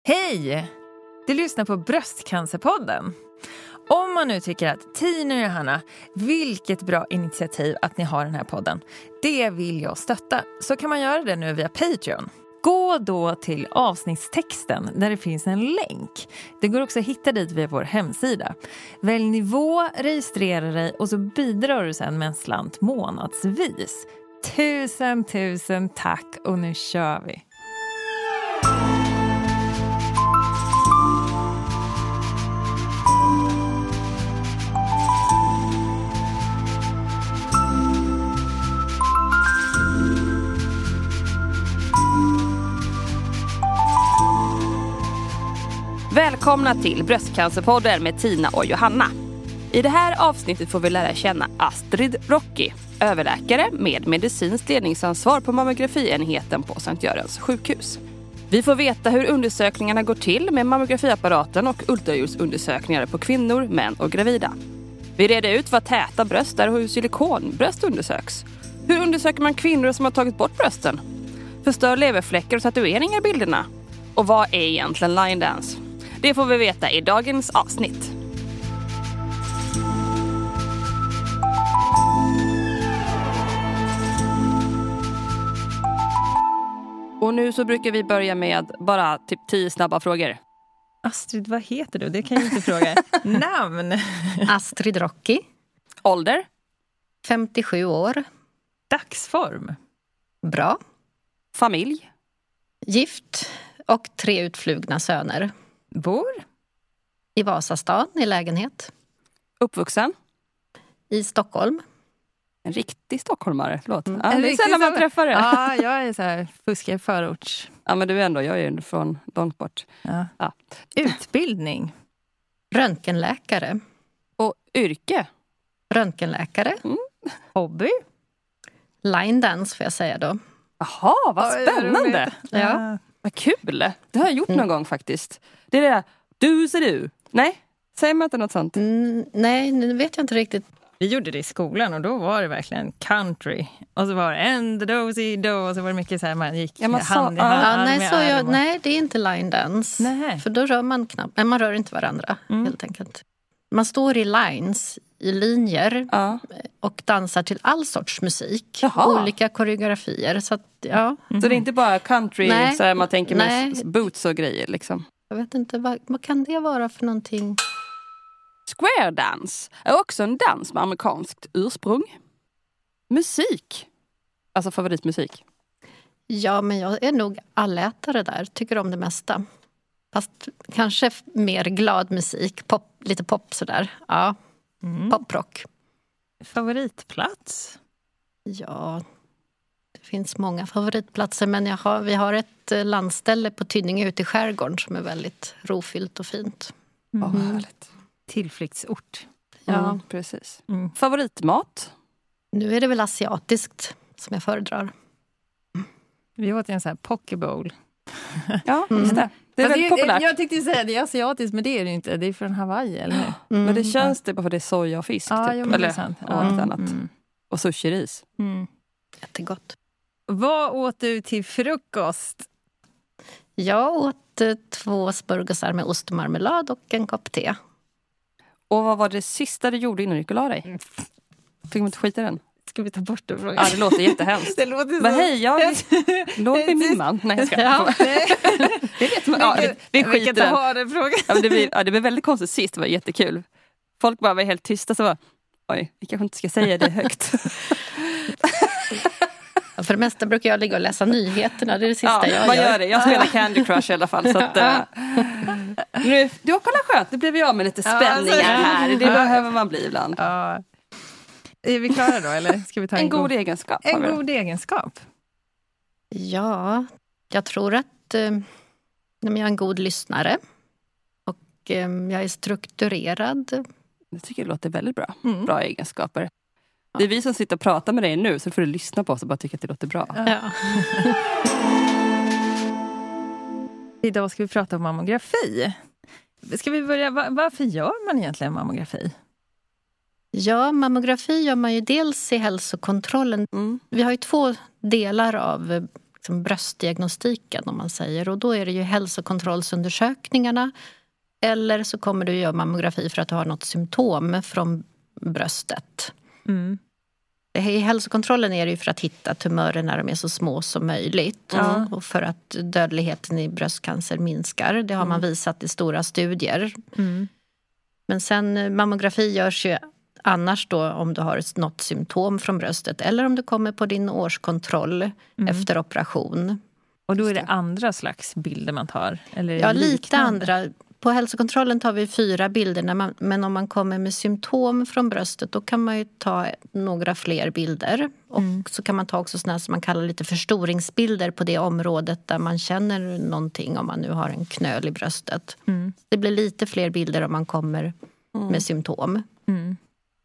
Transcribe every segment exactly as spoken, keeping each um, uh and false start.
Hej! Du lyssnar på Bröstcancerpodden. Om man nu tycker att Tina och Johanna, vilket bra initiativ att ni har den här podden. Det vill jag stötta. Så kan man göra det nu via Patreon. Gå då till avsnittstexten där det finns en länk. Det går också att hitta dit via vår hemsida. Välj nivå, registrera dig och så bidrar du sen med en slant månadsvis. Tusen, tusen tack och nu kör vi! Välkomna till Bröstcancerpodden med Tina och Johanna. I det här avsnittet får vi lära känna Astrid Rocky, överläkare med medicinskt ledningsansvar på mammografienheten på Sankt Görans sjukhus. Vi får veta hur undersökningarna går till med mammografiapparaten och ultraljudsundersökningar på kvinnor, män och gravida. Vi reder ut vad täta bröst är och hur silikonbröst undersöks. Hur undersöker man kvinnor som har tagit bort brösten? Förstör leverfläckar och tatueringar bilderna? Och vad är egentligen line dance? Det får vi veta i dagens avsnitt. Och nu så brukar vi börja med bara typ tio snabba frågor. Astrid, vad heter du? Det kan jag inte fråga. Namn? Astrid Rocky. Ålder? femtiosju år. Dagsform? Bra. Familj? Gift och tre utflugna söner. Bor? I Vasastan i lägenhet. Uppvuxen? I Stockholm. En riktig stockholmare, förlåt. Mm. Ja, det är sällan man träffar det. Ja, jag är så här fuskig förorts. Ja, men du är ändå, jag är ju från långt bort. Ja. Ja. Utbildning? Röntgenläkare. Och yrke? Röntgenläkare. Mm. Hobby? Line dance får jag säga då. Jaha, vad spännande. Ja. Ja. Vad kul. Det har jag gjort någon mm. gång faktiskt. Det är det där, du ser du. Nej, säger man inte något sånt? Mm, nej, nu vet jag inte riktigt. Vi gjorde det i skolan och då var det verkligen country. Och så var det en dozy do och så var det mycket så här man gick ja, man hand i sa, hand. Ja, nej, med så jag, arm och... nej, det är inte line dance. Nej. För då rör man knappt. Men man rör inte varandra Mm. helt enkelt. Man står i lines, i linjer Ja. och dansar till all sorts musik. Jaha. Olika koreografier. Så att, ja. Så det är inte bara country Nej. så här, man tänker med Nej. boots och grejer liksom. Jag vet inte, vad, vad kan det vara för någonting? Square dance är också en dans med amerikanskt ursprung. Musik. Alltså favoritmusik. Ja, men jag är nog allätare där. Tycker om det mesta. Fast kanske mer glad musik. Pop, lite pop sådär. Ja, Mm. poprock. Favoritplats? Ja, det finns många favoritplatser. Men jag har, vi har ett landställe på Tydninge ute i skärgården som är väldigt rofyllt och fint. Mm. Mm. Oh, härligt. Tillflyktsort. Ja. Mm, precis. Mm. Favoritmat? Nu är det väl asiatiskt som jag föredrar. Vi åt en sån här poke bowl. Ja, just det. Det är Alltså, väldigt jag, populärt. jag tänkte säga det är asiatiskt, men det är det ju inte. Det är från Hawaii, eller hur? Mm. Men det känns det bara för det är soja och fisk. Ja, typ. jo, men det är Eller sant. och Ja. allt annat. Mm. Och sushi-ris. Mm. Jättegott. Vad åt du till frukost? Jag åt eh, två smörgåsar med ost och marmelad och en kopp te. Och vad var det sista du gjorde innan du gick och la dig? Fick man inte skita i den? Ska vi ta bort den frågan? Ja, det låter jättehemskt. Det låter så... Men hej, jag låg med min man. Nej, jag ska. Ja. Det vet man. Ja, det, vi Vi skiter kan i inte den. ha den frågan. Ja, men det, blir, ja, det blev väldigt konstigt sist, det var jättekul. Folk bara var helt tysta så var, oj, vi kanske inte ska säga det högt. För det mesta brukar jag ligga och läsa nyheterna. Det är det sista Ja, jag man gör. gör det. Jag spelar Candy Crush i alla fall. Så att, äh, nu, det var kolla skönt, det blev jag med lite spänningar här. Det behöver man bli ibland. Ja. Är vi klara då, eller ska vi ta en, En god egenskap. En har vi. god egenskap? Ja, jag tror att eh, nej, men jag är en god lyssnare. Och eh, jag är strukturerad. Jag tycker det låter väldigt bra. Mm. Bra egenskaper. Det är vi som sitter och pratar med dig nu, så får du lyssna på oss och bara tycka att det låter bra. Ja. Idag ska vi prata om mammografi. Ska vi börja, var, varför gör man egentligen mammografi? Ja, mammografi gör man ju dels i hälsokontrollen. Mm. Vi har ju två delar av liksom bröstdiagnostiken om man säger. Och då är det ju hälsokontrollsundersökningarna. Eller så kommer du göra mammografi för att du har något symptom från bröstet. Mm. I hälsokontrollen är det ju för att hitta tumörer när de är så små som möjligt. Mm. Och för att dödligheten i bröstcancer minskar. Det har man visat i stora studier. Mm. Men sen mammografi görs ju annars då om du har något symptom från bröstet. Eller om du kommer på din årskontroll mm. efter operation. Och då är det andra slags bilder man tar? Eller ja, liknande? Lite andra. På hälsokontrollen tar vi fyra bilder. När man, men om man kommer med symptom från bröstet då kan man ju ta några fler bilder. Och mm. så kan man ta också såna som man kallar lite förstoringsbilder på det området där man känner någonting om man nu har en knöl i bröstet. Mm. Det blir lite fler bilder om man kommer mm. med symptom. Mm.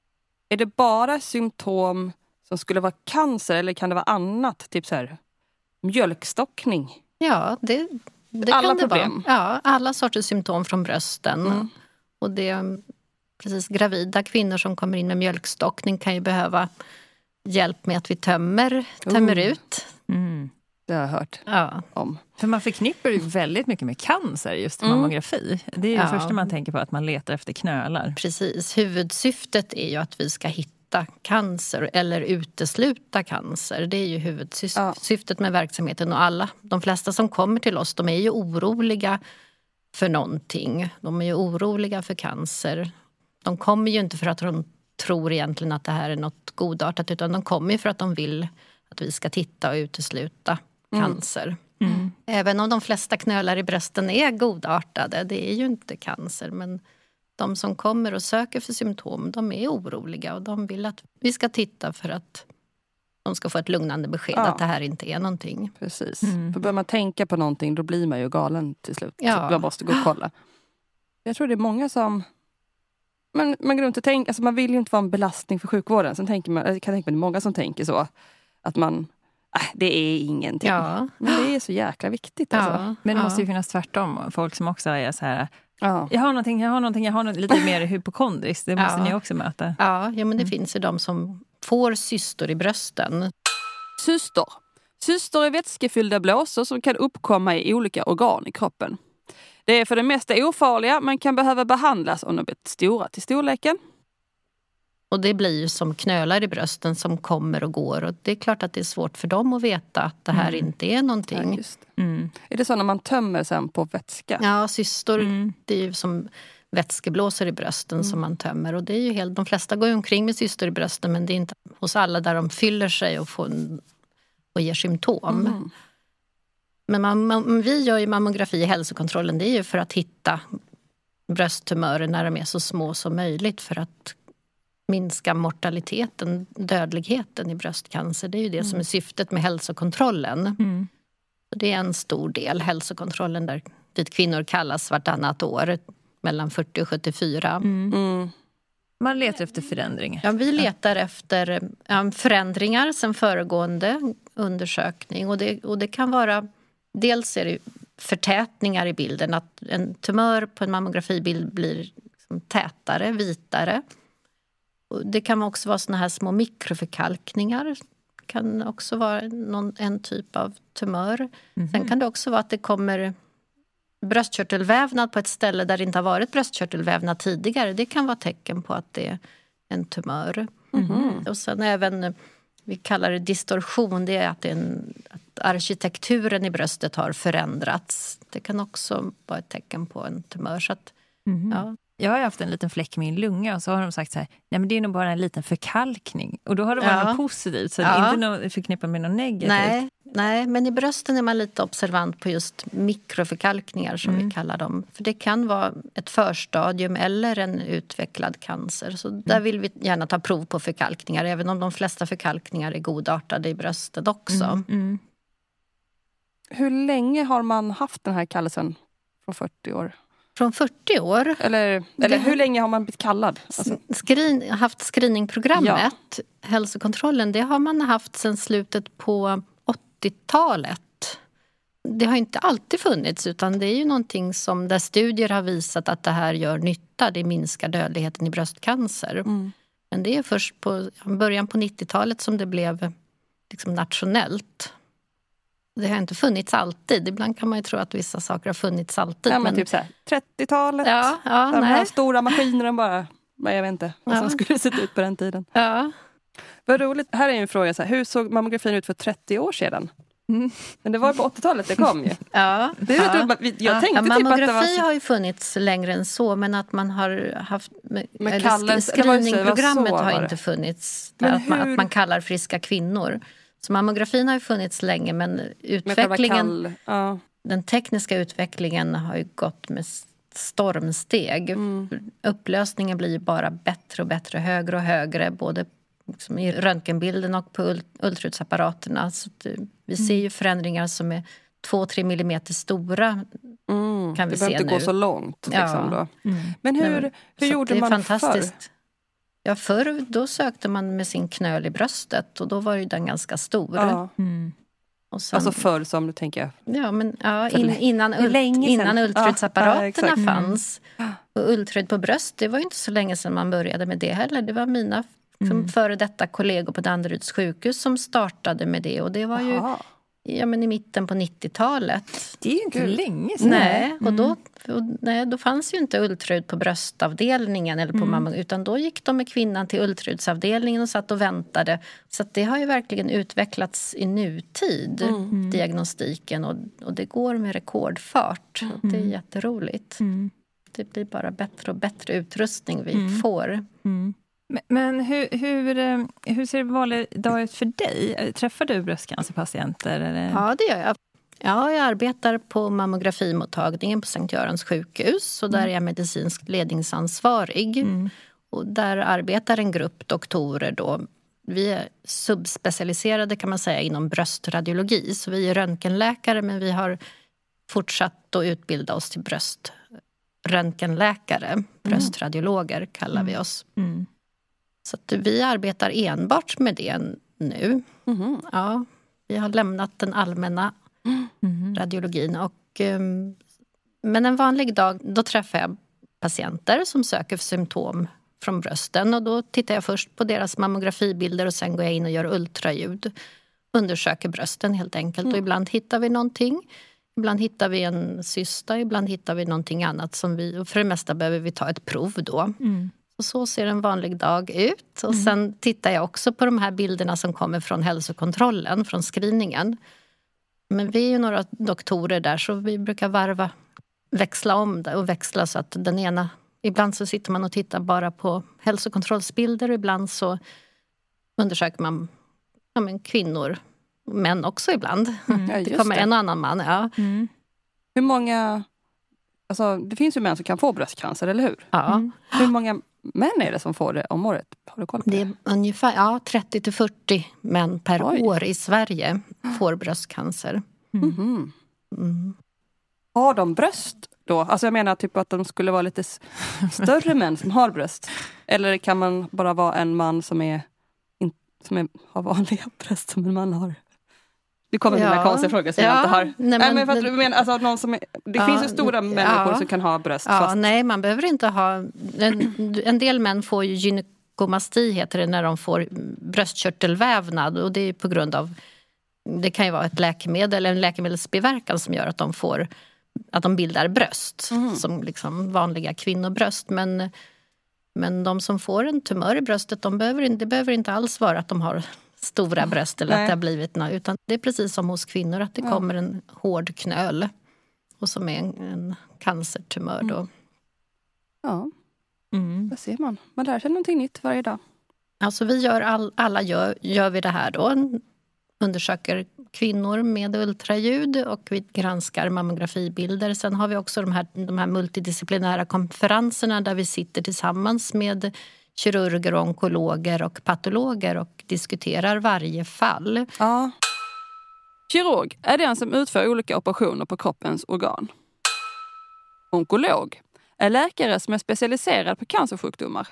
Är det bara symptom som skulle vara cancer eller kan det vara annat? Typ så här mjölkstockning? Ja, det, det alla kan det problem. vara. Ja, alla sorters symptom från brösten. Mm. Och det är precis gravida kvinnor som kommer in med mjölkstockning kan ju behöva hjälp med att vi tömmer, tömmer oh. ut. Mm. Det har jag hört ja. om. För man förknippar ju väldigt mycket med cancer just i mm. mammografi. Det är ju ja. det första man tänker på, att man letar efter knölar. Precis. Huvudsyftet är ju att vi ska hitta cancer eller utesluta cancer. Det är ju huvudsyftet ja. med verksamheten. Och alla, de flesta som kommer till oss, de är ju oroliga för någonting. De är ju oroliga för cancer. De kommer ju inte för att de tror egentligen att det här är något godartat, utan de kommer ju för att de vill att vi ska titta och utesluta mm. cancer. Mm. Även om de flesta knölar i brösten är godartade, det är ju inte cancer. Men de som kommer och söker för symptom, de är oroliga och de vill att vi ska titta för att de ska få ett lugnande besked ja. att det här inte är någonting. Precis. Mm. För börjar man tänka på någonting, då blir man ju galen till slut. Ja. Så man måste gå och kolla. Jag tror det är många som... Men man går runt och tänker, alltså man vill ju inte vara en belastning för sjukvården. Sen tänker man, jag kan tänka mig många som tänker så. Att man, äh, det är ingenting. Ja. Men det är så jäkla viktigt. Alltså. Ja. Men det ja. måste ju finnas tvärtom. Folk som också är så här, ja. jag har någonting, jag har någonting, jag har något, lite mer hypokondriskt. Det måste ja. ni också möta. Ja, ja men det mm. finns ju de som får cystor i brösten. Cystor. Cystor är vätskefyllda blåsor som kan uppkomma i olika organ i kroppen. Det är för det mesta ofarliga, men kan behöva behandlas om de blir stora till storleken. Och det blir ju som knölar i brösten som kommer och går. Och det är klart att det är svårt för dem att veta att det här mm. inte är någonting. Ja, just det. Mm. Är det så när man tömmer sen på vätska? Ja, cystor, mm. det är ju som vätskeblåsor i brösten mm. som man tömmer. Och det är ju helt, de flesta går ju omkring med cystor i brösten, men det är inte hos alla där de fyller sig och, får en, och ger symptom. Mm. Men man, man, vi gör ju mammografi i hälsokontrollen, det är ju för att hitta brösttumörer när de är så små som möjligt för att minska mortaliteten, dödligheten i bröstcancer. Det är ju det mm. som är syftet med hälsokontrollen. Mm. Det är en stor del, hälsokontrollen, där dit kvinnor kallas vartannat år, mellan fyrtio och sjuttiofyra. Mm. Mm. Man letar efter förändringar. Ja, vi letar efter um, förändringar sen föregående undersökning. Och det, och det kan vara, dels är det förtätningar i bilden, att en tumör på en mammografibild blir liksom tätare, vitare. Det kan också vara såna här små mikroförkalkningar. Det kan också vara någon, en typ av tumör. Mm-hmm. Sen kan det också vara att det kommer bröstkörtelvävnad på ett ställe där det inte har varit bröstkörtelvävnad tidigare. Det kan vara tecken på att det är en tumör. Mm-hmm. Och sen även, vi kallar det distorsion, det är att, det är en, att arkitekturen i bröstet har förändrats. Det kan också vara ett tecken på en tumör. Så att, mm-hmm. ja. Jag har haft en liten fläck i min lunga och så har de sagt så här, nej men det är nog bara en liten förkalkning. Och då har det varit ja. något positivt, så ja. det är inte något förknippat med något negativt. Nej, nej, men i brösten är man lite observant på just mikroförkalkningar som mm. vi kallar dem. För det kan vara ett förstadium eller en utvecklad cancer. Så mm. där vill vi gärna ta prov på förkalkningar, även om de flesta förkalkningar är godartade i bröstet också. Mm. Mm. Hur länge har man haft den här kallelsen? Från fyrtio år? Från fyrtio år. Eller, eller hur länge har man blivit kallad? Alltså. Skrin, haft screeningprogrammet, ja. hälsokontrollen, det har man haft sedan slutet på åttiotalet. Det har inte alltid funnits, utan det är ju någonting som där studier har visat att det här gör nytta. Det minskar dödligheten i bröstcancer. Mm. Men det är först på början på nittiotalet som det blev liksom nationellt. Det har inte funnits alltid. Ibland kan man ju tro att vissa saker har funnits alltid. Ja, men, men typ så här, trettiotalet. Ja, ja, de här nej. stora maskinerna bara. Men jag vet inte vad som Ja. skulle se ut på den tiden. Ja. Vad roligt. Här är en fråga. Så här, hur såg mammografin ut för trettio år sedan? Mm. Men det var på åttiotalet det kom ju. Ja, Det är ja. roligt. Jag Ja, tänkte ja, typ att det mammografi var... har ju funnits längre än så, men att man har haft... Men eller kallar- sk- det var ju så- screeningprogrammet det var så, har var det. inte funnits. Men Att man, hur- att man kallar friska kvinnor. Så mammografin har ju funnits länge, men Med själva utvecklingen, kall... Ja. den tekniska utvecklingen har ju gått med stormsteg. Mm. Upplösningen blir ju bara bättre och bättre, högre och högre, både liksom i röntgenbilden och på ult- ultraljudsapparaterna. Så att, eh, vi ser ju förändringar som är två tre millimeter stora. Mm. Kan vi det behöver se inte gå nu. så långt. Ja. Liksom, då. Mm. Men hur, Nej, hur så gjorde det är man fantastiskt. förr? Ja, förr då sökte man med sin knöl i bröstet och då var ju den ganska stor. Ja. Mm. Och sen, Alltså förr som du tänker jag. ja, men, ja, För in, lä- innan, det är ult, länge sedan. innan ultraljudsapparaterna Ja, ja, exakt. Mm. fanns. Och ultraljud på bröst, det var ju inte så länge sedan man började med det heller. Det var mina mm. före detta kollegor på Danderyds sjukhus som startade med det. Och det var ju Aha. ja, men i mitten på nittiotalet. Det är ju inte Gud. länge sedan. Nej, och då, och, nej, då fanns ju inte ultraljud på bröstavdelningen eller på Mm. mamma, utan då gick de med kvinnan till ultraljudsavdelningen och satt och väntade. Så att det har ju verkligen utvecklats i nutid, Mm. diagnostiken, och, och det går med rekordfart. Och det är jätteroligt. Mm. Det blir bara bättre och bättre utrustning vi Mm. får. Mm. Men, men hur, hur, eh, hur ser en vanlig dag ut för dig? Träffar du bröstcancerpatienter? Eller? Ja, det gör jag. Ja, jag arbetar på mammografimottagningen på Sankt Görans sjukhus. Och där är jag medicinsk ledningsansvarig. Mm. Och där arbetar en grupp doktorer då. Vi är subspecialiserade kan man säga inom bröstradiologi. Så vi är röntgenläkare, men vi har fortsatt att utbilda oss till bröströntgenläkare. Bröstradiologer kallar vi oss. Mm. Så att vi arbetar enbart med det nu. Mhm. Ja, vi har lämnat den allmänna Mm. radiologin. Och, um, men en vanlig dag, då träffar jag patienter som söker för symptom från brösten. Och då tittar jag först på deras mammografibilder och sen går jag in och gör ultraljud. Undersöker brösten helt enkelt. Mm. Och ibland hittar vi någonting. Ibland hittar vi en cysta, ibland hittar vi någonting annat. Som vi, och för det mesta behöver vi ta ett prov då. Mm. Och så ser en vanlig dag ut. Och sen tittar jag också på de här bilderna som kommer från hälsokontrollen, från screeningen. Men vi är ju några doktorer där, så vi brukar varva, växla om det och växla så att den ena... Ibland så sitter man och tittar bara på hälsokontrollsbilder och ibland så undersöker man ja, men kvinnor, män också ibland. Ja, Det just kommer det. en och annan man, ja. Mm. Hur många... Alltså, det finns ju män som kan få bröstcancer, eller hur? ja. Mm. Hur många män är det som får det om året? Har du koll på det? Det är ungefär ja, trettio till fyrtio män per Oj. år i Sverige får bröstcancer. Mhm. Mm. Har de bröst då? Alltså jag menar typ att de skulle vara lite s- större män som har bröst. Eller kan man bara vara en man som är, in, som är har vanliga bröst som en man har? Det kommer till Ja. mina konstiga frågor som Ja. jag inte har. Nej, Nej, men men för att det- du menar, alltså någon som är, det Ja, finns ju stora människor ja. som kan ha bröst. Ja, fast, nej, man behöver inte ha... En, en del män får ju gynekomasti, heter det, när de får bröstkörtelvävnad. Och det är på grund av... Det kan ju vara ett läkemedel, en läkemedelsbiverkan som gör att de får... Att de bildar bröst, Mm. som liksom vanliga kvinnobröst. Men, men de som får en tumör i bröstet, de behöver, inte- det behöver inte alls vara att de har stora bröst eller Nej. att det har blivit något. Utan det är precis som hos kvinnor, att det Ja. kommer en hård knöl. Och som är en, en cancertumör då. ja, Mm. där ser man. Man lär sig någonting nytt varje dag. Alltså vi gör all, alla gör, gör vi det här då. Undersöker kvinnor med ultraljud och vi granskar mammografibilder. Sen har vi också de här, de här multidisciplinära konferenserna där vi sitter tillsammans med kirurger, onkologer och patologer och diskuterar varje fall. Ja. Kirurg är den som utför olika operationer på kroppens organ. Onkolog är läkare som är specialiserad på cancersjukdomar.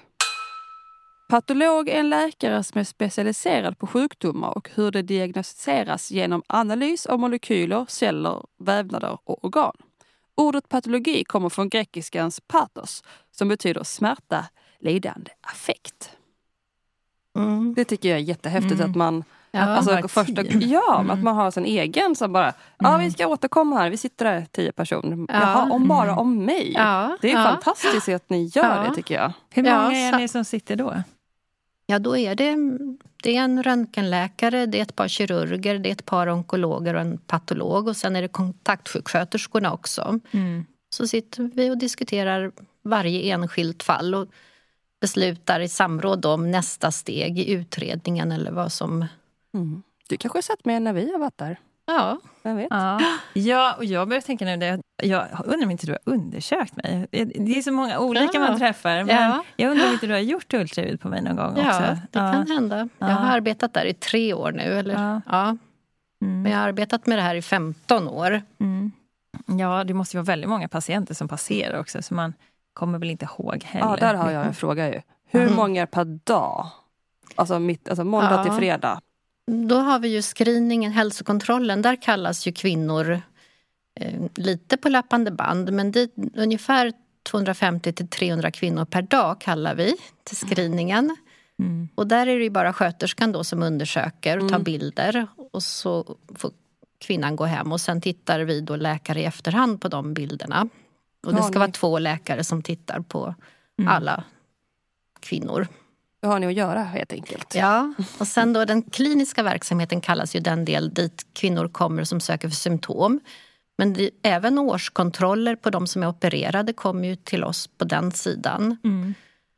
Patolog är en läkare som är specialiserad på sjukdomar och hur det diagnostiseras genom analys av molekyler, celler, vävnader och organ. Ordet patologi kommer från grekiskans pathos som betyder smärta, lidande, affekt. Mm. Det tycker jag är jättehäftigt Mm. att man Ja, alltså första, ja mm. att man har sin egen som bara, ja mm. vi ska återkomma här, vi sitter där tio personer. Ja. Jaha, om bara om mig. Ja. Det är ja. fantastiskt att ni gör ja. det tycker jag. Hur många ja, är så... ni som sitter då? Ja, då är det, det är en röntgenläkare, det är ett par kirurger, det är ett par onkologer och en patolog. Och sen är det kontaktsjuksköterskorna också. Mm. Så sitter vi och diskuterar varje enskilt fall och beslutar i samråd om nästa steg i utredningen eller vad som... Mm. Du kanske har sett med när vi har varit där. Ja. Jag vet. Ja. ja, och jag börjar tänka nu det. Jag undrar om inte du har undersökt mig. Det är så många olika ja. man träffar. Men ja. jag undrar om inte du har gjort ultraljud på mig någon gång ja, också. Det ja, det kan hända. Jag har ja. arbetat där i tre år nu. Eller? Ja. Ja. Mm. Men jag har arbetat med det här i femton år. Mm. Ja, det måste ju vara väldigt många patienter som passerar också. Så man kommer väl inte ihåg heller. Ja, där har jag en fråga ju. Hur mm. många per dag? Alltså, mitt, alltså måndag ja. till fredag. Då har vi ju screeningen, hälsokontrollen. Där kallas ju kvinnor eh, lite på löpande band. Men det, ungefär tvåhundrafemtio till trehundra kvinnor per dag kallar vi till screeningen. Mm. Och där är det ju bara sköterskan då som undersöker och tar mm. bilder. Och så får kvinnan gå hem. Och sen tittar vi då läkare i efterhand på de bilderna. Och det ska ja, vara två läkare som tittar på mm. alla kvinnor. Det har ni att göra helt enkelt. Ja, och sen då den kliniska verksamheten kallas ju den del dit kvinnor kommer som söker för symptom. Men det, även årskontroller på de som är opererade kommer ju till oss på den sidan. Mm.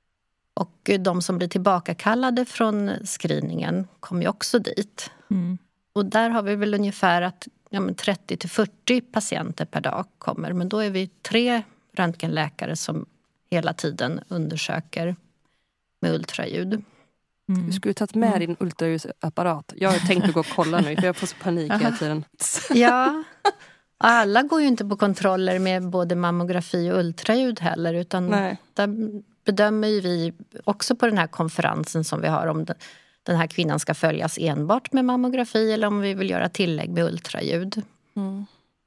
Och de som blir tillbakakallade från screeningen kommer ju också dit. Mm. Och där har vi väl ungefär att ja, men trettio till fyrtio patienter per dag kommer. Men då är vi tre röntgenläkare som hela tiden undersöker med ultraljud. Mm. Du skulle tagit med mm. din ultraljudsapparat. Jag har tänkt att gå och kolla nu för jag får så panik hela tiden. Ja, alla går ju inte på kontroller med både mammografi och ultraljud heller. Utan Nej. där bedömer ju vi också på den här konferensen som vi har om den här kvinnan ska följas enbart med mammografi eller om vi vill göra tillägg med ultraljud. Mm.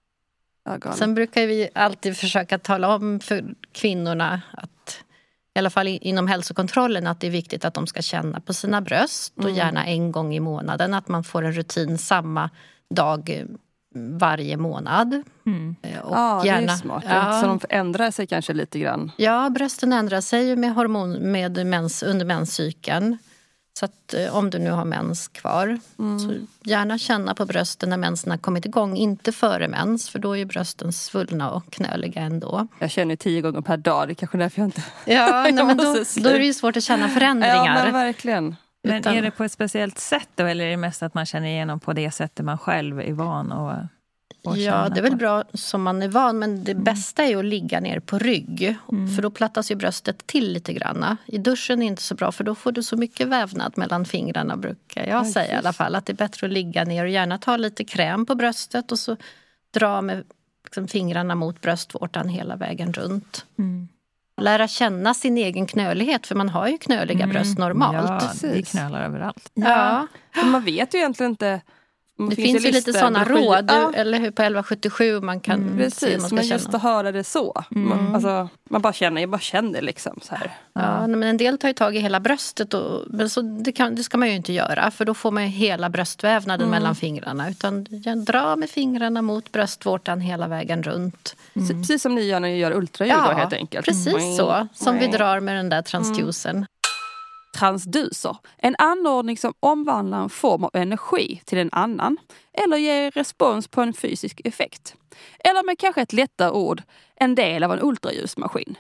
Sen brukar vi alltid försöka tala om för kvinnorna att i alla fall inom hälsokontrollen att det är viktigt att de ska känna på sina bröst och mm. gärna en gång i månaden. Att man får en rutin samma dag varje månad. Mm. Och ja, gärna, det är smart. Ja. Så de ändrar sig kanske lite grann. Ja, brösten ändrar sig med hormon med mens, under menscykeln. Så att om du nu har mens kvar mm. så gärna känna på brösten när mensen har kommit igång. Inte före mens, för då är brösten svullna och knöliga ändå. Jag känner tio gånger per dag, det är kanske därför jag inte... Ja, nej, men då, då är det ju svårt att känna förändringar. Ja, men verkligen. Men Utan... är det på ett speciellt sätt då, eller är det mest att man känner igenom på det sättet man själv är van och, och ja, det är väl på? Bra som man är van, men det mm. bästa är ju att ligga ner på rygg. Mm. För då plattas ju bröstet till lite grann. I duschen är inte så bra, för då får du så mycket vävnad mellan fingrarna, brukar jag okay. säga i alla fall. Att det är bättre att ligga ner och gärna ta lite kräm på bröstet och så dra med liksom, fingrarna mot bröstvårtan hela vägen runt. Mm. Lära känna sin egen knölighet, för man har ju knöliga mm. bröst normalt. Ja, det knölar överallt. Ja, ja. Man vet ju egentligen inte... Man det finns, finns ju lite sådana råd, ja. eller hur, på elva sjuttiosju man kan mm, precis, man, men just känna. Att höra det så. Mm. Man, alltså, man bara känner, jag bara känner liksom så här. Ja, ja. Men en del tar ju tag i hela bröstet och, men så det, kan, det ska man ju inte göra, för då får man ju hela bröstvävnaden mm. mellan fingrarna, utan dra med fingrarna mot bröstvårtan hela vägen runt. Mm. Precis som ni gör när ni gör ultraljud ja, då, helt enkelt. Precis mm. så, som mm. vi drar med den där transducern. Mm. Transducer, en anordning som omvandlar en form av energi till en annan eller ger respons på en fysisk effekt. Eller med kanske ett lättare ord, en del av en ultraljusmaskin.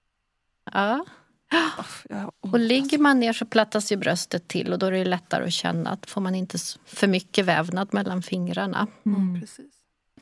Ja. Och ligger man ner så plattas ju bröstet till och då är det lättare att känna att får man inte för mycket vävnad mellan fingrarna. Mm. Precis.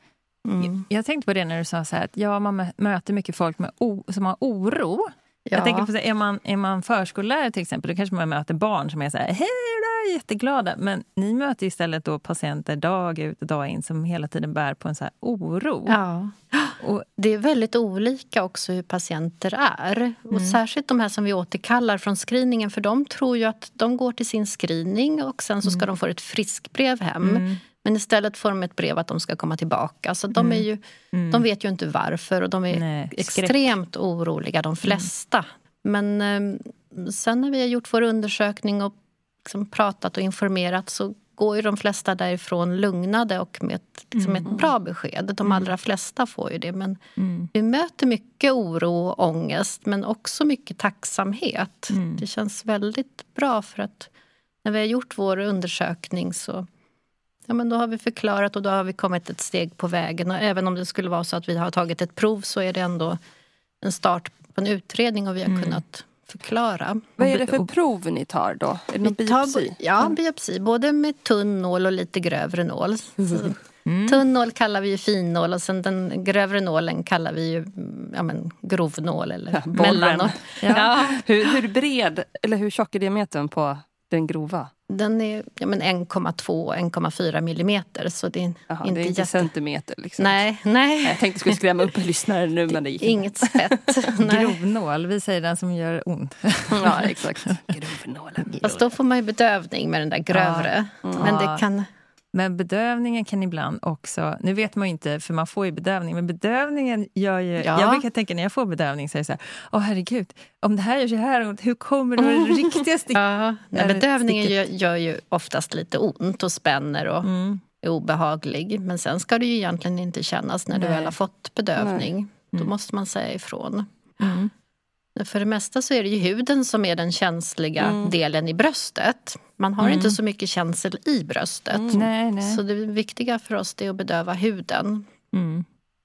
Mm. Jag tänkte på det när du sa så här att ja, man möter mycket folk med o- som har oro. Ja. Jag tänker på så, är man, är man förskollärare till exempel, då kanske man möter barn som är så här, hej då, jätteglada. Men ni möter istället då patienter dag ut och dag in som hela tiden bär på en så här oro. Ja, och det är väldigt olika också hur patienter är. Mm. Och särskilt de här som vi återkallar från screeningen, för de tror ju att de går till sin screening och sen så ska mm. de få ett friskbrev hem. Mm. Men istället får de ett brev att de ska komma tillbaka. Så de, är ju, mm. de vet ju inte varför och de är Nej, extremt oroliga, de flesta. Mm. Men eh, sen när vi har gjort vår undersökning och liksom pratat och informerat så går ju de flesta därifrån lugnade och med ett, liksom Mm. ett bra besked. De allra flesta får ju det. Men Mm. vi möter mycket oro och ångest, men också mycket tacksamhet. Mm. Det känns väldigt bra för att när vi har gjort vår undersökning så ja, men då har vi förklarat och då har vi kommit ett steg på vägen. Och även om det skulle vara så att vi har tagit ett prov så är det ändå en start på en utredning och vi har Mm. kunnat förklara. Vad är det för prov ni tar då? Är det någon Vi tar, biopsi? ja, biopsi. Både med tunn nål och lite grövre nål. Så, Mm. tunn nål kallar vi ju fin nål och sen den grövre nålen kallar vi ju ja, men, grov nål eller Ja, mellannål. Ja. Ja, Hur, hur bred, eller hur tjock är diametern på den grova? den är ja, men en komma två och en komma fyra millimeter så det är Jaha, inte det är inte jätte... centimeter liksom. Nej, nej. Jag tänkte skulle skrämma upp lyssnare nu men det gick inte. Inget spett. Nej. Grovnål, vi säger den som gör ont. Ja, exakt. Grovnålen. Fast då får man ju bedövning med den där grövre. Ja. Men det kan... Men bedövningen kan ibland också, nu vet man ju inte för man får ju bedövning, men bedövningen gör ju, Ja. jag brukar tänka när jag får bedövning så är det så här, åh herregud, om det här gör så här ont, hur kommer det med det riktiga stick? Ja, nej, Eller bedövningen gör, sticket. gör ju oftast lite ont och spänner och Mm. är obehaglig. Men sen ska det ju egentligen inte kännas när du Nej. väl har fått bedövning. Då Mm. måste man säga ifrån. Mm. För det mesta så är det ju huden som är den känsliga Mm. delen i bröstet. Man har Mm. inte så mycket känsel i bröstet. Mm. Nej, nej. Så det viktiga för oss är att bedöva huden. Mm.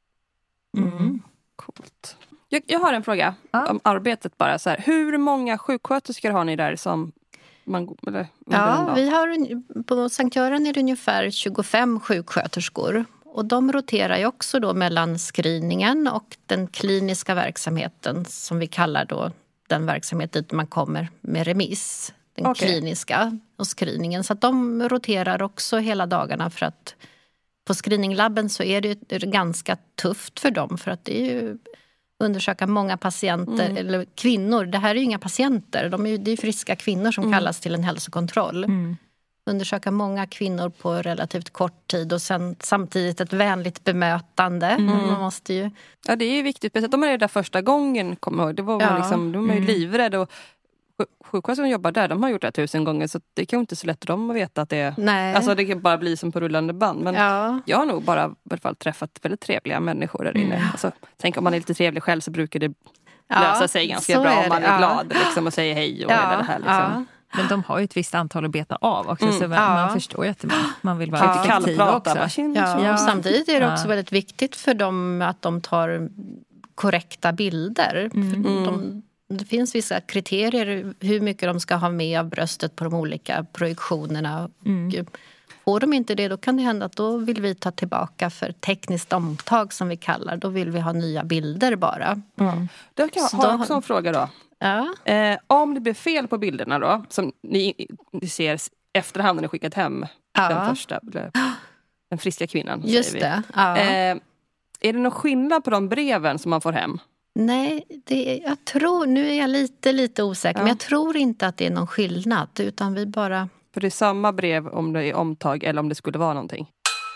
Mm. Coolt. Jag, jag har en fråga Ja. om arbetet bara. Så här. Hur många sjuksköterskor har ni där som man... Eller, under en Ja, dag? vi har, un- på Sankt Göran är det ungefär tjugofem sjuksköterskor. Och de roterar ju också då mellan screeningen och den kliniska verksamheten som vi kallar då den verksamhet dit man kommer med remiss. Den Okej. kliniska och screeningen. Så att de roterar också hela dagarna för att på screeninglabben så är det, ju- är det ganska tufft för dem för att det är ju undersöka många patienter, Mm. eller kvinnor. Det här är ju inga patienter, de är ju, det är friska kvinnor som Mm. kallas till en hälsokontroll. Mm. Undersöka många kvinnor på relativt kort tid och sen samtidigt ett vänligt bemötande. Mm. Man måste ju... Ja, det är ju viktigt. Speciellt om man är där första gången, kommer jag ihåg. Det var man Ja. liksom, då var man ju Mm. livrädd. Och sjuk- sjuksköterskor som jobbar där, de har gjort det här tusen gånger. Så det kan ju inte så lätt för dem att veta att det är... Nej. Alltså det kan bara bli som på rullande band. Men ja. jag har nog bara i alla fall träffat väldigt trevliga människor där inne. Mm. Alltså, tänk om man är lite trevlig själv så brukar det Ja, lösa sig ganska så bra är om man det. är Ja. glad liksom, och säger hej och Ja, hela det här. Liksom. ja. Men de har ju ett visst antal att beta av också, Mm. så man, Ja. man förstår ju att man, man vill vara Kan inte effektiv kallprata. också. Bara, tjena, Ja, tjena. och samtidigt är det också Ja. väldigt viktigt för dem att de tar korrekta bilder. Mm. För de, det finns vissa kriterier hur mycket de ska ha med av bröstet på de olika projektionerna. Mm. Och får de inte det, då kan det hända att då vill vi ta tillbaka för tekniskt omtag som vi kallar. Då vill vi ha nya bilder bara. Mm. Då kan jag Så ha då- också en fråga då. Ja, Eh, om det blir fel på bilderna då, som ni, ni ser efterhand när ni skickat hem Ja. den första, eller, den friska kvinnan. just säger vi. det. Ja. Eh, är det någon skillnad på de breven som man får hem? Nej, det är, jag tror, nu är jag lite, lite osäker, Ja. men jag tror inte att det är någon skillnad, utan vi bara... För det är samma brev om det är omtag eller om det skulle vara någonting.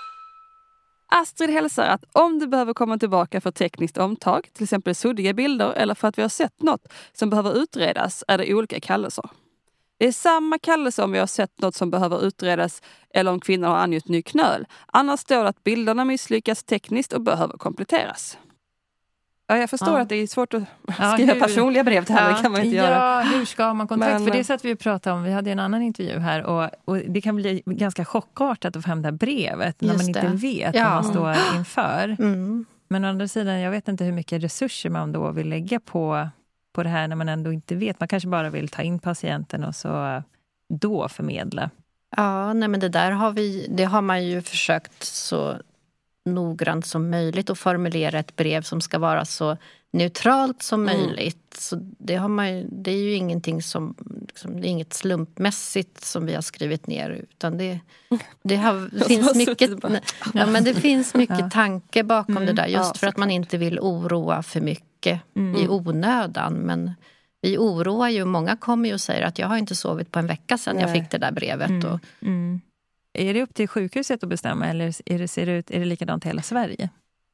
Astrid hälsar att om du behöver komma tillbaka för tekniskt omtag, till exempel suddiga bilder eller för att vi har sett något som behöver utredas, är det olika kallelser. Det är samma kallelse om vi har sett något som behöver utredas eller om kvinnor har angett ny knöl. Annars står det att bilderna misslyckas tekniskt och behöver kompletteras. Ja, jag förstår Ja. att det är svårt att Ja, skriva hur- personliga brev till henne, Ja. det kan man inte göra. Ja, hur ska ha man kontakt? Men- För det satt vi och pratade om, vi hade en annan intervju här och, och det kan bli ganska chockartat att få hem det här brevet när Just man inte det. vet Ja. vad man står inför. Mm. Men å andra sidan, jag vet inte hur mycket resurser man då vill lägga på, på det här när man ändå inte vet. Man kanske bara vill ta in patienten och så då förmedla. Ja, nej, men det där har vi, det har man ju försökt så noggrant som möjligt att formulera ett brev som ska vara så neutralt som Mm. möjligt. Så det, har man ju, det är ju ingenting som, liksom, det är inget slumpmässigt som vi har skrivit ner, utan det, det, har, det finns har mycket, suttit bara- ja, men det finns mycket Ja. tanke bakom Mm. det där, just Ja, för att man inte vill oroa för mycket Mm. i onödan. Men vi oroar ju, många kommer ju och säger att jag har inte sovit på en vecka sedan jag Nej. fick det där brevet. Mm. Och, Mm. Är det upp till sjukhuset att bestämma eller är det, ser det, ut, är det likadant i hela Sverige?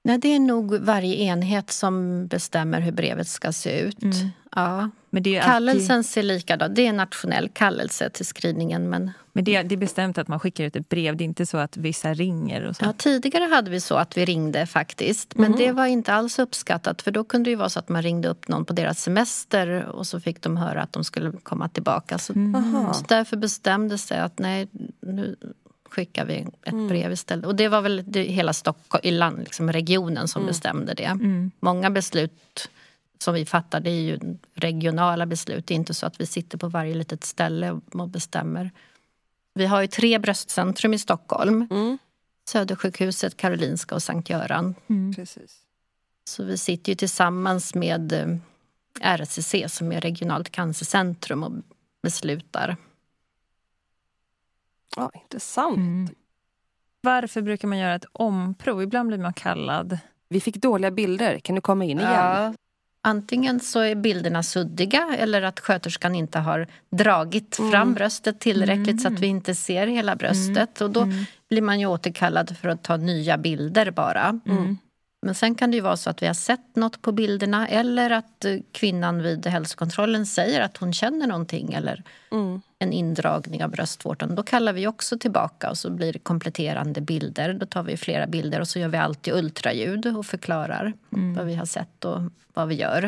Nej, det är nog varje enhet som bestämmer hur brevet ska se ut. Mm. Ja. Men det är Kallelsen alltid... ser likadan. Det är en nationell kallelse till screeningen. Men, men det, är, det är bestämt att man skickar ut ett brev. Det är inte så att vissa ringer och så. Ja, tidigare hade vi så att vi ringde faktiskt. Men mm. det var inte alls uppskattat. För då kunde det ju vara så att man ringde upp någon på deras semester. Och så fick de höra att de skulle komma tillbaka. Så, mm. så därför bestämdes det att nej, nu skickar vi ett mm. brev istället. Och det var väl det, hela Stockholm, i land, liksom regionen som mm. bestämde det. Mm. Många beslut som vi fattar, det är ju regionala beslut. Det är inte så att vi sitter på varje litet ställe och bestämmer. Vi har ju tre bröstcentrum i Stockholm. Mm. Södersjukhuset, Karolinska och Sankt Göran. Mm. Precis. Så vi sitter ju tillsammans med R S C C som är regionalt cancercentrum och beslutar. Ja, intressant. Mm. Varför brukar man göra ett omprov? Ibland blir man kallad. Vi fick dåliga bilder. Kan du komma in igen? Ja. Antingen så är bilderna suddiga eller att sköterskan inte har dragit mm. fram bröstet tillräckligt mm. så att vi inte ser hela bröstet. Mm. Och då mm. blir man ju återkallad för att ta nya bilder bara. Mm. Men sen kan det ju vara så att vi har sett något på bilderna eller att kvinnan vid hälsokontrollen säger att hon känner någonting eller mm. en indragning av bröstvårtan. Då kallar vi också tillbaka och så blir det kompletterande bilder. Då tar vi flera bilder och så gör vi alltid ultraljud och förklarar mm. vad vi har sett och vad vi gör.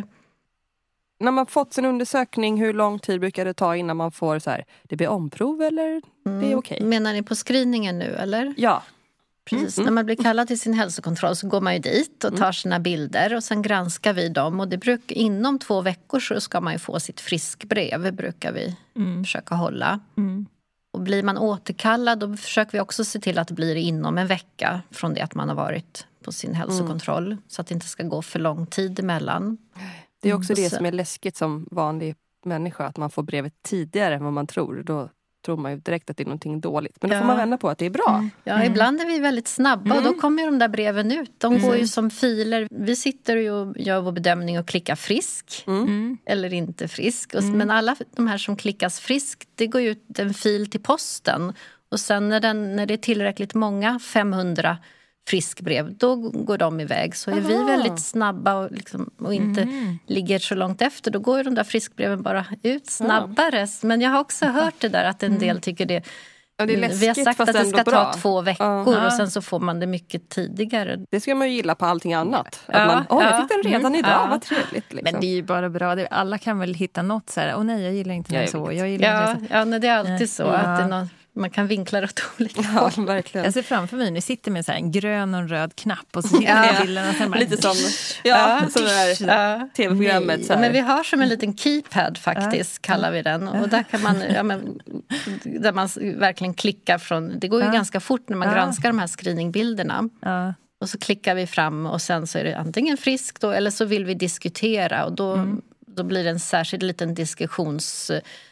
När man fått sin undersökning, hur lång tid brukar det ta innan man får så här, det blir omprov eller mm. det är okej? Okay? Menar ni på screeningen nu eller? Ja. Precis, mm. när man blir kallad till sin hälsokontroll så går man ju dit och tar sina bilder och sen granskar vi dem. Och det brukar, inom två veckor så ska man ju få sitt friskbrev, brukar vi mm. försöka hålla. Mm. Och blir man återkallad då försöker vi också se till att det blir inom en vecka från det att man har varit på sin hälsokontroll. Mm. Så att det inte ska gå för lång tid emellan. Det är också mm. det som är läskigt som vanlig människa, att man får brevet tidigare än vad man tror. Då tror man ju direkt att det är någonting dåligt. Men då ja. får man vända på att det är bra. Mm. Ja, mm. ibland är vi väldigt snabba mm. och då kommer ju de där breven ut. De mm. går ju som filer. Vi sitter ju och gör vår bedömning och klickar frisk. Mm. Eller inte frisk. Mm. Men alla de här som klickas frisk, det går ju ut en fil till posten. Och sen när, den, när det är tillräckligt många, femhundra friskbrev, då går de iväg. Så är Aha. vi väldigt snabba och, liksom, och inte mm. ligger så långt efter, då går ju de där friskbreven bara ut snabbare. Ja. Men jag har också hört det där att en del tycker det, ja, det är läskigt, vi har sagt att det ska bra. ta två veckor uh. och sen så får man det mycket tidigare. Det ska man ju gilla på allting annat. Ja. Att man, åh, ja. jag fick den redan mm. idag, ja. vad trevligt. Liksom. Men det är ju bara bra, alla kan väl hitta något så här, åh nej, jag gillar inte det så. Jag gillar ja, inte så. Ja, nej, det är alltid så ja. att det är något. Man kan vinkla det åt olika håll. Ja, verkligen. Jag ser framför mig, ni sitter med så här en grön och en röd knapp och så sitter ja. bilden och sen bara... Lite som, ja, ja. som det här ja. tv-programmet. Så här. Men vi har som en liten keypad faktiskt, ja. kallar vi den. Och där kan man, ja, men, där man verkligen klickar från... Det går ju ja. ganska fort när man ja. granskar de här screeningbilderna. Ja. Och så klickar vi fram och sen så är det antingen friskt då, eller så vill vi diskutera. Och då, mm. då blir det en särskild liten diskussions...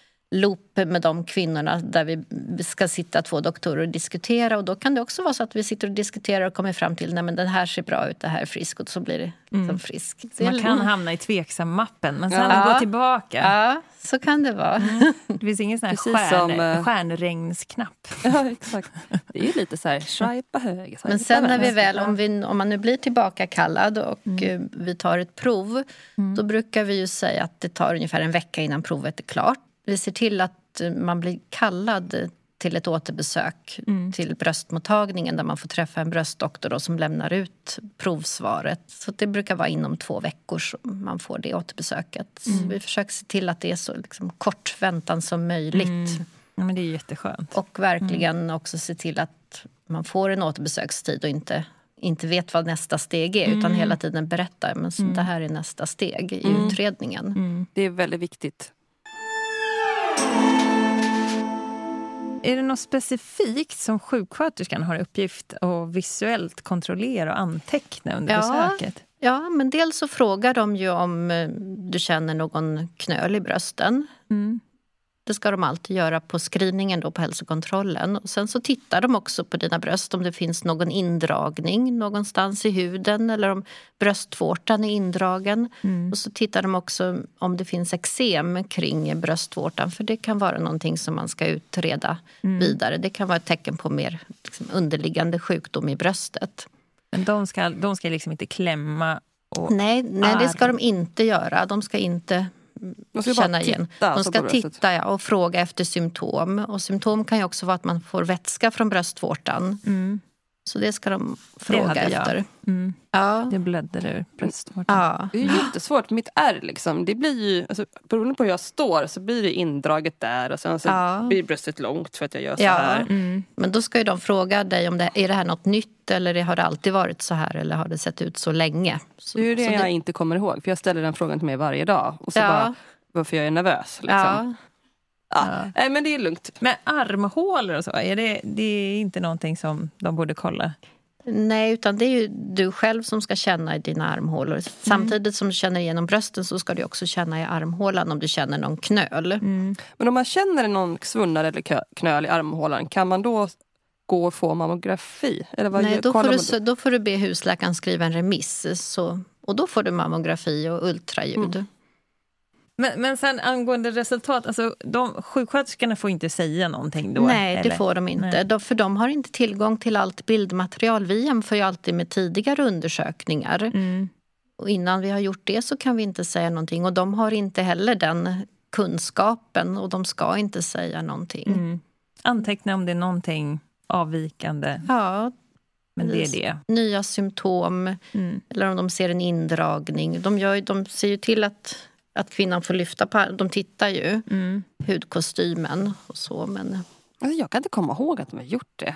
loop med de kvinnorna där vi ska sitta två doktorer och diskutera. Och då kan det också vara så att vi sitter och diskuterar och kommer fram till nej men den här ser bra ut, det här är frisk, och så blir det mm. som frisk. Så man kan hamna i tveksam-mappen men sen ja. gå tillbaka. Ja, så kan det vara. Mm. Det finns ingen sån här stjärn, som, stjärnregnsknapp. Ja, exakt. Det är ju lite så här, swipa höger. Men sen när vi väl, om, vi, om man nu blir tillbaka kallad och mm. vi tar ett prov, mm. då brukar vi ju säga att det tar ungefär en vecka innan provet är klart. Vi ser till att man blir kallad till ett återbesök mm. till bröstmottagningen där man får träffa en bröstdoktor då, som lämnar ut provsvaret. Så det brukar vara inom två veckor som man får det återbesöket. Mm. Så vi försöker se till att det är så liksom, kort väntan som möjligt. Mm. Ja, men det är jätteskönt. Och verkligen mm. också se till att man får en återbesökstid och inte, inte vet vad nästa steg är. Mm. Utan hela tiden berättar men så mm. det här är nästa steg i mm. utredningen. Mm. Det är väldigt viktigt. Är det något specifikt som sjuksköterskan har uppgift att visuellt kontrollera och anteckna under ja, besöket? Ja, men dels så frågar de ju om du känner någon knöl i brösten. Mm. Det ska de alltid göra på screeningen då på hälsokontrollen. Och sen så tittar de också på dina bröst om det finns någon indragning någonstans i huden eller om bröstvårtan är indragen. Mm. Och så tittar de också om det finns eksem kring bröstvårtan, för det kan vara någonting som man ska utreda mm. vidare. Det kan vara ett tecken på mer liksom, underliggande sjukdom i bröstet. Men de ska, de ska liksom inte klämma och Nej, nej det ska de inte göra. De ska inte de ska känna bara igen. titta, De ska titta ja, och fråga efter symptom. Och symptom kan ju också vara att man får vätska från bröstvårtan. Mm. Så det ska de fråga efter. Mm. Ja. Det blödde ur bröstvårtan. Ja. Det är ju jättesvårt. Mitt ärr liksom, det blir ju, alltså, beroende på hur jag står så blir det indraget där och sen så Ja. blir bröstet långt för att jag gör så Ja. här. Mm. Men då ska ju de fråga dig om det är det här något nytt eller har det alltid varit så här eller har det sett ut så länge. Så, Det är ju det så jag inte kommer ihåg, för jag ställer den frågan till mig varje dag och så Ja. bara, varför jag är nervös liksom. Ja. Ja. Ja. Nej, men det är lugnt. Men armhålor och så, är det, det är inte någonting som de borde kolla? Nej, utan det är ju du själv som ska känna i dina armhålor. Samtidigt som du känner igenom brösten så ska du också känna i armhålan om du känner någon knöl. Mm. Men om man känner någon svullnad eller kö- knöl i armhålan, kan man då gå och få mammografi? Eller vad Nej, gör- då kollar får, du, man så- då får du be husläkaren skriva en remiss. Så, och då får du mammografi och ultraljud. Mm. Men, men sen angående resultat, alltså de sjuksköterskorna får inte säga någonting då? Nej, eller? det får de inte. Nej. De, för de har inte tillgång till allt bildmaterial. Vi jämför ju alltid med tidigare undersökningar. Mm. Och innan vi har gjort det så kan vi inte säga någonting. Och de har inte heller den kunskapen och de ska inte säga någonting. Mm. Anteckna om det är någonting avvikande, Ja, men det är det. nya symptom Mm. eller om de ser en indragning. De, gör, de ser ju till att, att kvinnan får lyfta på, de tittar ju Mm. hudkostymen och så. Men Alltså, jag kan inte komma ihåg att de har gjort det.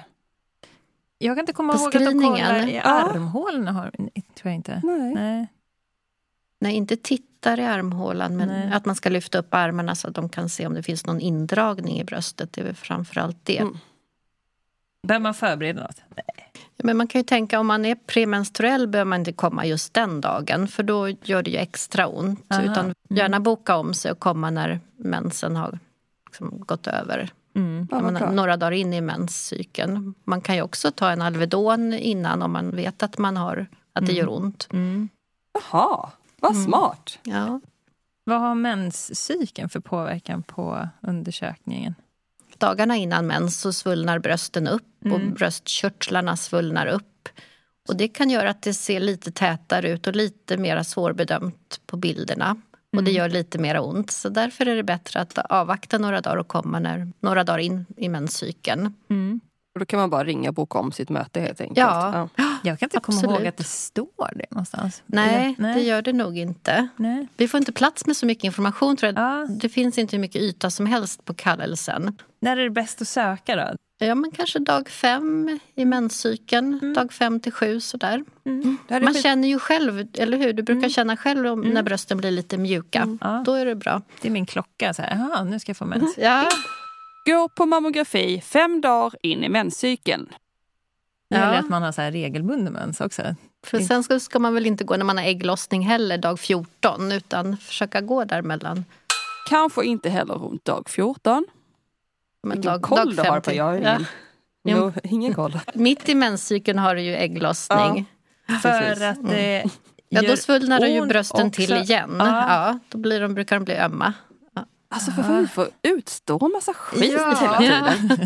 Jag kan inte komma På ihåg att de screeningen? kollar i Ja. armhålorna. Har, tror jag inte. Nej. Nej. nej, inte tittar i armhålan men Nej. att man ska lyfta upp armarna så att de kan se om det finns någon indragning i bröstet. Det är väl framförallt det. Mm. Behöver man förbereda något? Men man kan ju tänka om man är premenstruell behöver man inte komma just den dagen för då gör det ju extra ont. Aha. Utan Mm. gärna boka om sig och komma när mensen har liksom gått över. Mm. Ja, Jag vad menar, bra. några dagar in i menscykeln. Man kan ju också ta en Alvedon innan om man vet att man har att det Mm. gör ont. Mm. Jaha, vad Mm. smart. Ja. Vad har menscykeln för påverkan på undersökningen? Dagarna innan mens så svullnar brösten upp och Mm. bröstkörtlarna svullnar upp. Och det kan göra att det ser lite tätare ut och lite mer svårbedömt på bilderna. Och det Mm. gör lite mer ont. Så därför är det bättre att avvakta några dagar och komma när, några dagar in i menscykeln. Mm. Och då kan man bara ringa och boka om sitt möte helt enkelt. Ja. Jag kan inte komma Absolut. ihåg att det står det någonstans. Nej, Nej. det gör det nog inte. Nej. Vi får inte plats med så mycket information tror jag. Ja. Det finns inte hur mycket yta som helst på kallelsen. När är det bäst att söka då? Ja, men kanske dag fem i menscykeln. Mm. Dag fem till sju sådär. Mm. Det här är Man skit- känner ju själv, eller hur? Du brukar Mm. känna själv om, Mm. när brösten blir lite mjuka. Mm. Ja. Då är det bra. Det är min klocka. Så här, jaha, nu ska jag få mens. Ja, Gå på mammografi fem dagar in i menscykeln. Det Ja. gäller att man har så här regelbunden mens också. för sen ska, ska man väl inte gå när man har ägglossning heller dag fjorton. Utan försöka gå däremellan. Kanske inte heller runt dag fjorton. Men Vilken dag, koll dag du har fem på. till- Jag har ja. ingen, no, ingen koll. Mitt i menscykeln har du ju ägglossning. För Precis. att det Ja, gör då svullnar ju ont brösten också. till igen. Ja. Ja, då blir de, brukar de bli ömma. Alltså för vi får utstå en massa skit Ja. hela tiden.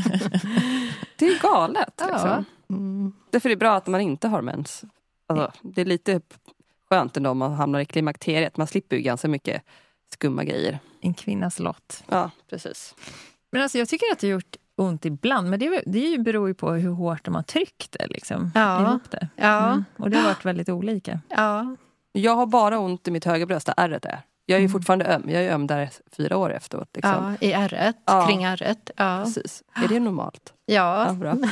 Det är galet. Ja. Liksom. Mm. Därför är det bra att man inte har mens. Alltså, det är lite skönt ändå om man hamnar i klimakteriet. Man slipper ju ganska mycket skumma grejer. En kvinnas lott. Ja, precis. Men alltså, jag tycker att det har gjort ont ibland. Men det, det beror ju på hur hårt de har tryckt det. Liksom, Ja. ihop det. Ja. Mm. Och det har varit väldigt olika. Ja. Jag har bara ont i mitt högra bröst där ärret är. Jag är ju Mm. fortfarande öm. Jag är öm där fyra år efteråt. Liksom. Ja, i ärret, Ja. kring ärret. Ja. Precis. Är det normalt? Ja, Ja. bra.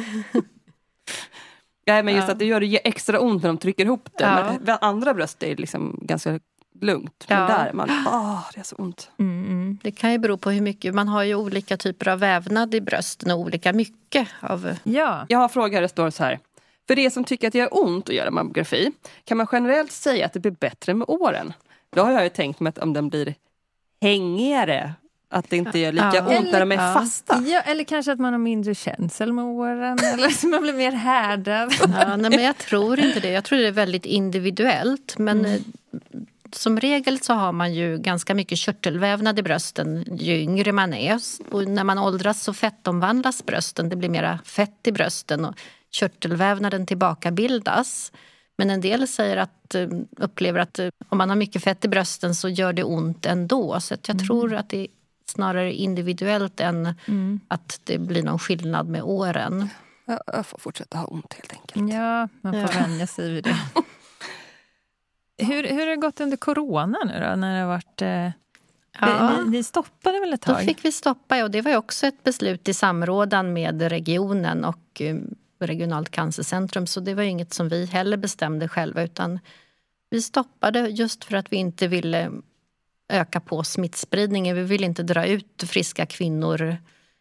Nej, men just Ja. att det gör det extra ont när de trycker ihop det. Ja. Men vid andra bröst är det liksom ganska lugnt. Men Ja. där är man, åh, det är så ont. Mm, mm. Det kan ju bero på hur mycket. Man har ju olika typer av vävnad i brösten och olika mycket av... Ja. Jag har en fråga, det står så här. För det som tycker att det gör ont att göra mammografi, kan man generellt säga att det blir bättre med åren? Då har jag ju tänkt mig att om den blir hängigare, att det inte gör lika Ja. ont när de är Ja. fasta. Ja, eller kanske att man har mindre känsel med åren. Eller så man blir mer härdad. Ja, nej, men jag tror inte det. Jag tror det är väldigt individuellt. Men eh, som regel så har man ju ganska mycket körtelvävnad i brösten ju yngre man är. Och när man åldras så fettomvandlas brösten. Det blir mera fett i brösten. Och körtelvävnaden tillbakabildas. Men en del säger att, upplever att om man har mycket fett i brösten så gör det ont ändå. Så att jag mm. tror att det är snarare individuellt än mm. att det blir någon skillnad med åren. Jag får fortsätta ha ont helt enkelt. Ja, man får ja. vänja sig vid det. hur, hur har det gått under corona nu då? När det har varit... Eh... Ja. Ni, ni stoppade väl ett tag? Då fick vi stoppa, och det var ju också ett beslut i samrådan med regionen och um, regionalt cancercentrum. Så det var ju inget som vi heller bestämde själva, utan vi stoppade just för att vi inte ville öka på smittspridningen. Vi ville inte dra ut friska kvinnor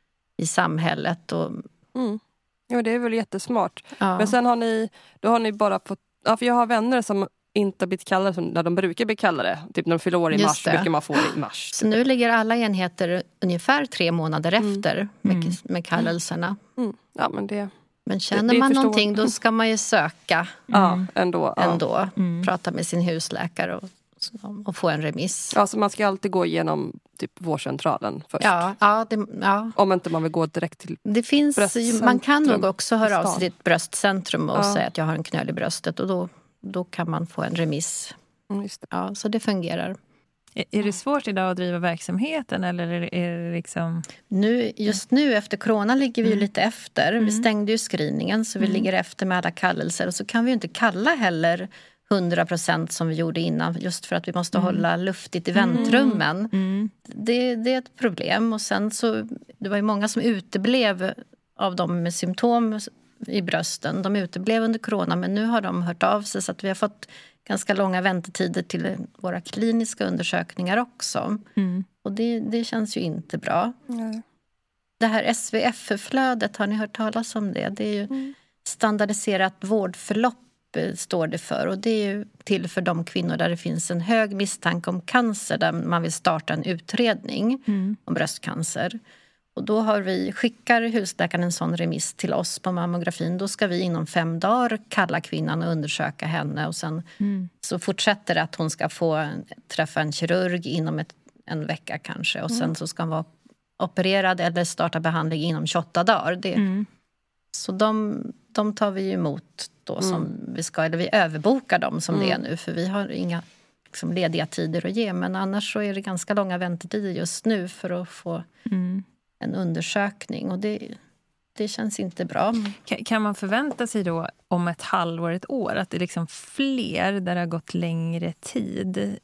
i samhället. Och... Mm. Ja, det är väl jättesmart. Ja. Men sen har ni, då har ni bara fått... Ja, för jag har vänner som... inte blivit kallade som när de brukar bli kallade. Typ när de fyller år i mars brukar man få det i mars. Så nu ligger alla enheter ungefär tre månader mm. efter med, mm. med kallelserna. Mm. Ja, men det, men känner det, det man förstår. någonting då ska man ju söka. Mm. Ja, ändå. Ja. ändå. Mm. Prata med sin husläkare och, och få en remiss. Ja, så man ska alltid gå igenom typ vårdcentralen först. Ja, ja, det, ja. Om inte man vill gå direkt till det finns, man kan nog också höra av sig till ett bröstcentrum och ja. säga att jag har en knöl i bröstet, och då Då kan man få en remiss. Mm, just det. Ja, så det fungerar. Är, är det svårt idag att driva verksamheten? Eller är det, är det liksom... nu, just nu efter corona ligger vi ju mm. lite efter. Mm. Vi stängde ju screeningen, så vi mm. ligger efter med alla kallelser. Och så kan vi ju inte kalla heller hundra procent som vi gjorde innan. Just för att vi måste mm. hålla luftigt i väntrummen. Mm. Mm. Det, det är ett problem. Och sen så, det var ju många som uteblev av dem med symptom i brösten. De uteblev under corona, men nu har de hört av sig, så att vi har fått ganska långa väntetider till våra kliniska undersökningar också. Mm. Och det, det känns ju inte bra. Mm. Det här S V F-flödet, har ni hört talas om det? Det är ju mm. standardiserat vårdförlopp står det för. Och det är ju till för de kvinnor där det finns en hög misstanke om cancer, där man vill starta en utredning mm. om bröstcancer. Och då har vi, skickar husläkaren en sån remiss till oss på mammografin. Då ska vi inom fem dagar kalla kvinnan och undersöka henne. Och sen mm. så fortsätter det att hon ska få träffa en kirurg inom ett, en vecka kanske. Och sen mm. så ska hon vara opererad eller starta behandling inom tjugoåtta dagar. Det, mm. Så de, de tar vi emot då som mm. vi ska. Eller vi överbokar dem som mm. det är nu. För vi har inga liksom, lediga tider att ge. Men annars så är det ganska långa väntetider just nu för att få... Mm. en undersökning, och det, det känns inte bra. Kan, kan man förvänta sig då om ett halvår, ett år, att det är liksom fler där det har gått längre tid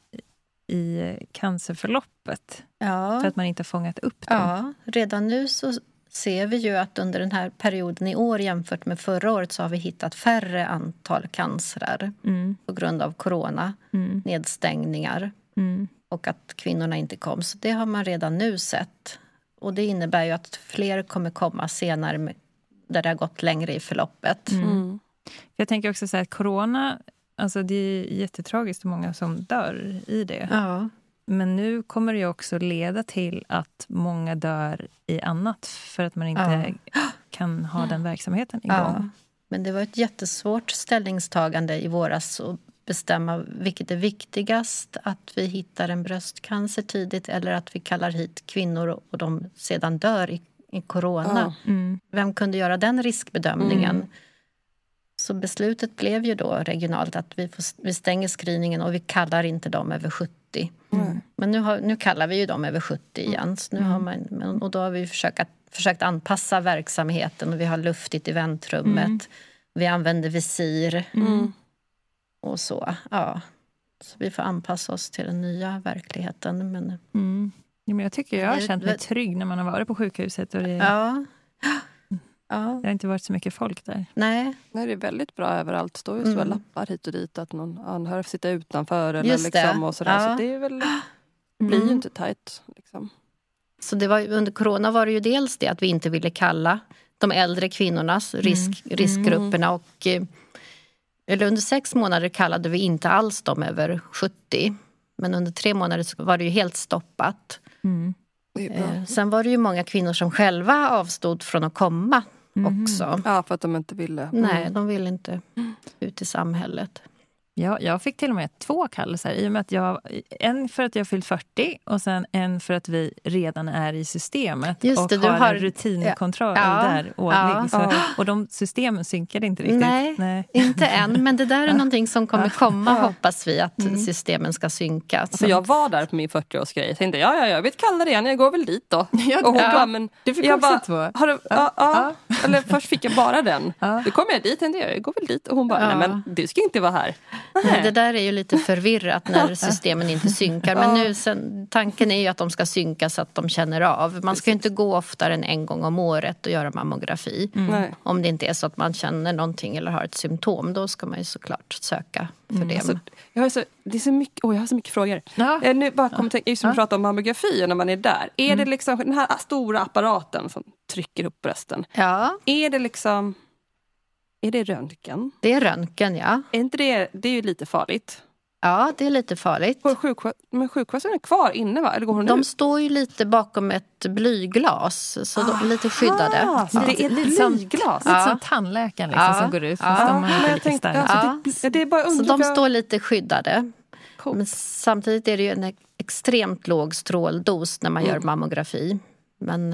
i cancerförloppet? Ja. För att man inte har fångat upp dem? Ja, redan nu så ser vi ju att under den här perioden i år jämfört med förra året så har vi hittat färre antal cancrar mm. på grund av corona, mm. nedstängningar mm. och att kvinnorna inte kom. Så det har man redan nu sett. Och det innebär ju att fler kommer komma senare med, där det har gått längre i förloppet. Mm. Mm. Jag tänker också så här att corona, alltså det är jättetragiskt hur många som dör i det. Ja. Men nu kommer det ju också leda till att många dör i annat för att man inte ja. kan ha den verksamheten igång. Ja. Men det var ett jättesvårt ställningstagande i våras att bestämma vilket är viktigast, att vi hittar en bröstcancer tidigt eller att vi kallar hit kvinnor och de sedan dör i, i corona. Ja. Mm. Vem kunde göra den riskbedömningen? Mm. Så beslutet blev ju då regionalt att vi, får, vi stänger screeningen och vi kallar inte dem över sjuttio. Mm. Men nu, har, nu kallar vi ju dem över sjuttio igen. Så nu mm. har man, och då har vi försökt, försökt anpassa verksamheten och vi har luftigt i väntrummet. Mm. Vi använder visir. Mm. Och så, ja. Så vi får anpassa oss till den nya verkligheten. Men... Mm. Ja, men jag tycker jag har känt mig trygg när man har varit på sjukhuset. Och det... Ja. Ja. Det har inte varit så mycket folk där. Nej. Nej, det är väldigt bra överallt. Det står ju så mm. lappar hit och dit att någon anhörig sitter utanför. Eller Just liksom, det. Och sådär. Ja. Så det är väl, det blir mm. ju inte tajt. Liksom. Så det var, under corona var det ju dels det att vi inte ville kalla de äldre kvinnornas risk, mm. riskgrupperna. Och, eller under sex månader kallade vi inte alls dem över sjuttio. Men under tre månader så var det ju helt stoppat. Mm. Det är bra. Sen var det ju många kvinnor som själva avstod från att komma. Mm. Också. Ja, för att de inte ville. Nej, de ville inte ut i samhället. Ja, jag fick till och med två kallelser i och med att jag, en för att jag fyllt fyrtio och sen en för att vi redan är i systemet. Just och det, har, har en rutinkontroll ja, där årlig. Ja, så, ja. Och de systemen synkade inte riktigt. Nej, Nej, inte än. Men det där är ja. någonting som kommer komma, ja. hoppas vi, att mm. systemen ska synkas. Alltså, jag var där på min fyrtioårsgrej. Jag tänkte, ja, ja, jag vet kalla det igen. Jag går väl dit då. Ja, och hon ja. bara, men du fick jag också bara, två. Har du, ja, ja. Ja. Eller först fick jag bara den. Ja. Då kom jag dit, tänkte jag, jag går väl dit. Och hon bara, ja. nej men du ska inte vara här. Nej, det där är ju lite förvirrat när systemen inte synkar. Men nu, sen, tanken är ju att de ska synka så att de känner av. Man ska ju inte gå oftare än en gång om året och göra mammografi. Mm. Om det inte är så att man känner någonting eller har ett symptom, då ska man ju såklart söka för mm. det. Alltså, jag, har så, det är så mycket, oh, jag har så mycket frågor. Ja. Jag nu bara kommer tänka, just som ja. prata om mammografi när man är där. Är mm. det liksom den här stora apparaten som trycker upp brösten? Ja. Är det liksom... Är det röntgen? Det är röntgen, ja. Är inte det, det är ju lite farligt. Ja, det är lite farligt. Sjuksköt- men sjuksköterskan är kvar inne, va? Eller går hon de ut? står ju lite bakom ett blyglas, så de är lite skyddade. Så det är ett blyglas? Lite som tandläkaren liksom, ja. som går ut. Fast ja. de är lite tänkte, ja. det, det är bara så de står lite skyddade. Cool. Men samtidigt är det ju en extremt låg stråldos när man mm. gör mammografi. Men...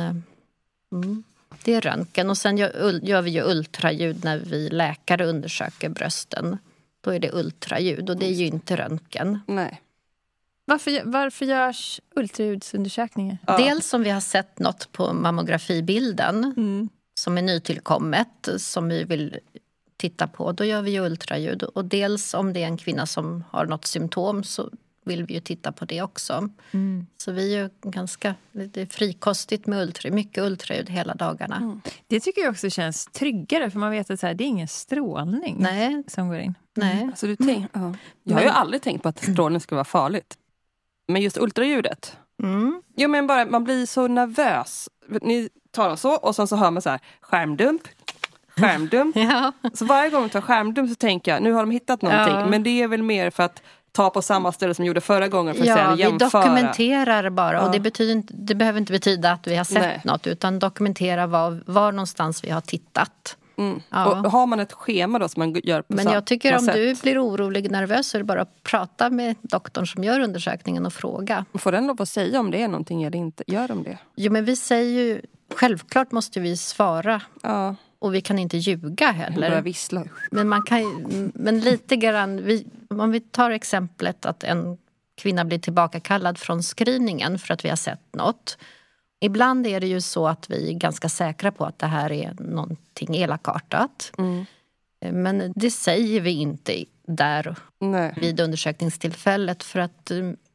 Mm. Det är röntgen och sen gör, gör vi ju ultraljud när vi läkare undersöker brösten. Då är det ultraljud och det är ju inte röntgen. Nej. Varför, varför görs ultraljudsundersökningar? Ja. Dels om vi har sett något på mammografibilden mm. som är nytillkommet som vi vill titta på. Då gör vi ju ultraljud. Och dels om det är en kvinna som har något symptom så vill vi ju titta på det också. Mm. Så vi är ju ganska lite frikostigt med ultraljud, mycket ultraljud hela dagarna. Mm. Det tycker jag också känns tryggare för man vet att så här, det är ingen strålning Nej. som går in. Nej. Mm. Alltså, du tänk, ja. Jag har ju aldrig tänkt på att strålning ska vara farligt. Men just ultraljudet. Mm. Jo, men bara, man blir så nervös. Ni tar dem så och sen så hör man så här skärmdump. Skärmdump. Ja. Så varje gång man tar skärmdump så tänker jag, nu har de hittat någonting. Ja. Men det är väl mer för att ta på samma ställe som gjorde förra gången för att ja, sedan jämföra. Ja, vi dokumenterar bara. Ja. Och det, betyder inte, det behöver inte betyda att vi har sett Nej. något. Utan dokumentera var, var någonstans vi har tittat. Mm. Ja. Och har man ett schema då som man gör på Men jag tycker om sätt. du blir orolig, nervös så är det bara att prata med doktorn som gör undersökningen och fråga. Får den lov att säga om det är någonting eller inte? Gör de det? Jo, men vi säger ju, självklart måste vi svara. Ja. Och vi kan inte ljuga heller. Bara vissla. Men man kan men lite grann, vi, om vi tar exemplet att en kvinna blir tillbakakallad från screeningen för att vi har sett något. Ibland är det ju så att vi är ganska säkra på att det här är någonting elakartat. Mm. Men det säger vi inte där Nej. vid undersökningstillfället för att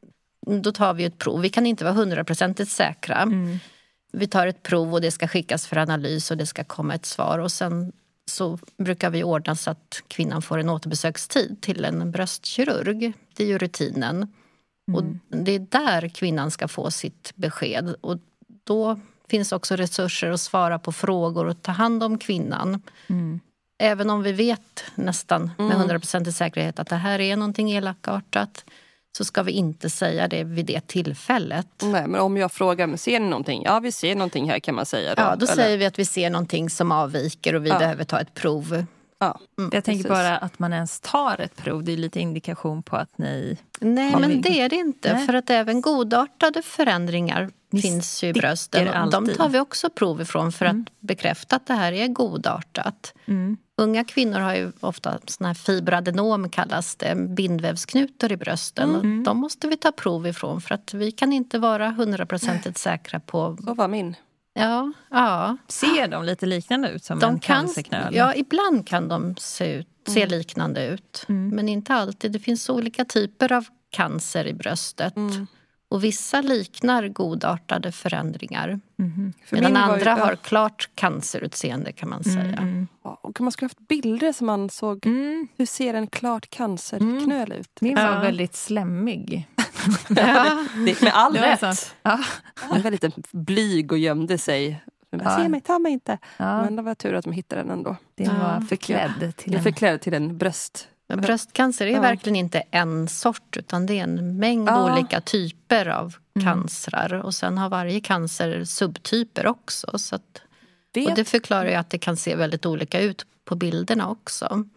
då tar vi ett prov. Vi kan inte vara hundraprocentigt säkra. Mm. Vi tar ett prov och det ska skickas för analys och det ska komma ett svar. Och sen så brukar vi ordna så att kvinnan får en återbesökstid till en bröstkirurg. Det är ju rutinen. Mm. Och det är där kvinnan ska få sitt besked. Och då finns också resurser att svara på frågor och ta hand om kvinnan. Mm. Även om vi vet nästan med hundra procent i säkerhet att det här är någonting elakartat, så ska vi inte säga det vid det tillfället. Nej, men om jag frågar, men ser ni någonting? Ja, vi ser någonting här, kan man säga då. Ja, då eller? säger vi att vi ser någonting som avviker och vi ja. behöver ta ett prov. Ja, mm, jag tänker precis. bara att man ens tar ett prov, det är lite indikation på att ni... Nej, men vi... det är det inte. Nej. För att även godartade förändringar ni finns ju i brösten. De tar vi också prov ifrån för mm. att bekräfta att det här är godartat. Mm. Unga kvinnor har ju ofta såna här fiberadenom kallas det, bindvävsknutor i brösten. Mm. De måste vi ta prov ifrån för att vi kan inte vara hundraprocentigt säkra på... Så var min. Ja, ja. Ser de lite liknande ut som de en kan, cancerknöl? Ja, ibland kan de se, ut, se mm. liknande ut. Mm. Men inte alltid. Det finns olika typer av cancer i bröstet. Mm. Och vissa liknar godartade förändringar. Mm. Medan andra ju, har klart cancerutseende kan man säga. Mm. Ja, och man skulle haft bilder som man såg. Mm. Hur ser en klart cancerknöl ut? Min var ja. väldigt slemmig. Ja. Det, med all rätt. Ja. Han var väldigt blyg och gömde sig. Men ja. Se mig, ta mig inte. Ja. Men det var tur att de hittade den ändå. Det var ja. förklädd till, en... förklädd till en bröst. Men bröstcancer är ja. verkligen inte en sort utan det är en mängd ja. olika typer av mm. cancrar. Och sen har varje cancer subtyper också. Så att, och det förklarar ju att det kan se väldigt olika ut på bilderna också.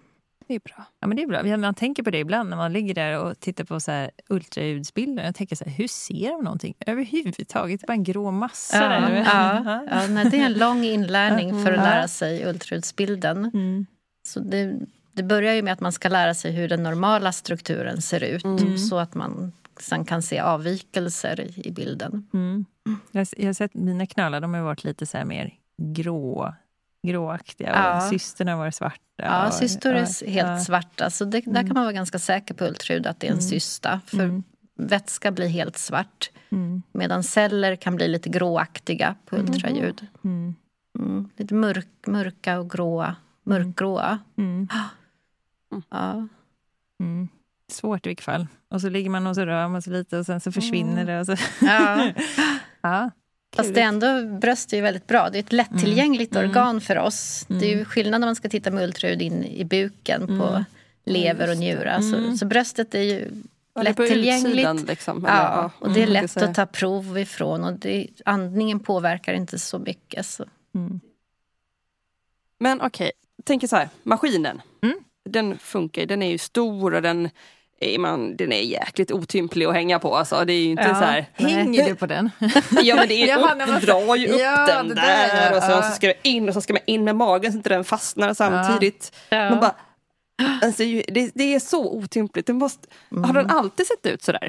Det är bra. Ja, men det är bra. Man tänker på det ibland när man ligger där och tittar på så här ultraljudsbilder. Jag tänker så här, hur ser de någonting överhuvudtaget? Det är bara en grå massa ja, där. Ja, ja, nej, det är en lång inlärning för att lära sig ultraljudsbilden. Mm. Så det, det börjar ju med att man ska lära sig hur den normala strukturen ser ut. Mm. Så att man sen kan se avvikelser i, i bilden. Mm. Jag, jag har sett mina knölar, de har varit lite så här mer grå, gråaktiga. Ja. Och systerna har varit svarta. Ja, och, syster är ja, helt ja. svarta. Så det, där kan man vara ganska säker på ultraljud att det är en mm. cysta. För mm. vätska blir helt svart. Mm. Medan celler kan bli lite gråaktiga på ultraljud. Mm. Mm. Lite mörk, mörka och gråa. Mörkgråa. Mm. Ja. Mm. Svårt i vilket fall. Och så ligger man och så rör man sig lite och sen så försvinner mm. det. Och så. Ja. Ja. Fast det är ändå, bröst är ju väldigt bra. Det är ett lättillgängligt mm. organ för oss. Mm. Det är ju skillnad när man ska titta med ultraljud in i buken mm. på lever och njurar. Mm. Så, så bröstet är ju ja, lättillgängligt. Utsidan, liksom. Eller, ja, och det är mm. lätt att ta prov ifrån. Och det, andningen påverkar inte så mycket. Så. Mm. Men okej, okay. tänker så här. Maskinen. Mm. Den funkar, den är ju stor och den är, man, den är jäkligt otymplig att hänga på. Alltså. Det är ju inte ja. så här... Hänger du på den? Ja, men det är Jaha, upp, man drar ju upp ja, den där, där och så, ja. så ska jag in och så ska man in med magen så inte den fastnar samtidigt. Ja. Man bara, alltså, det, det är så otympligt. Den måste, mm. Har den alltid sett ut så där?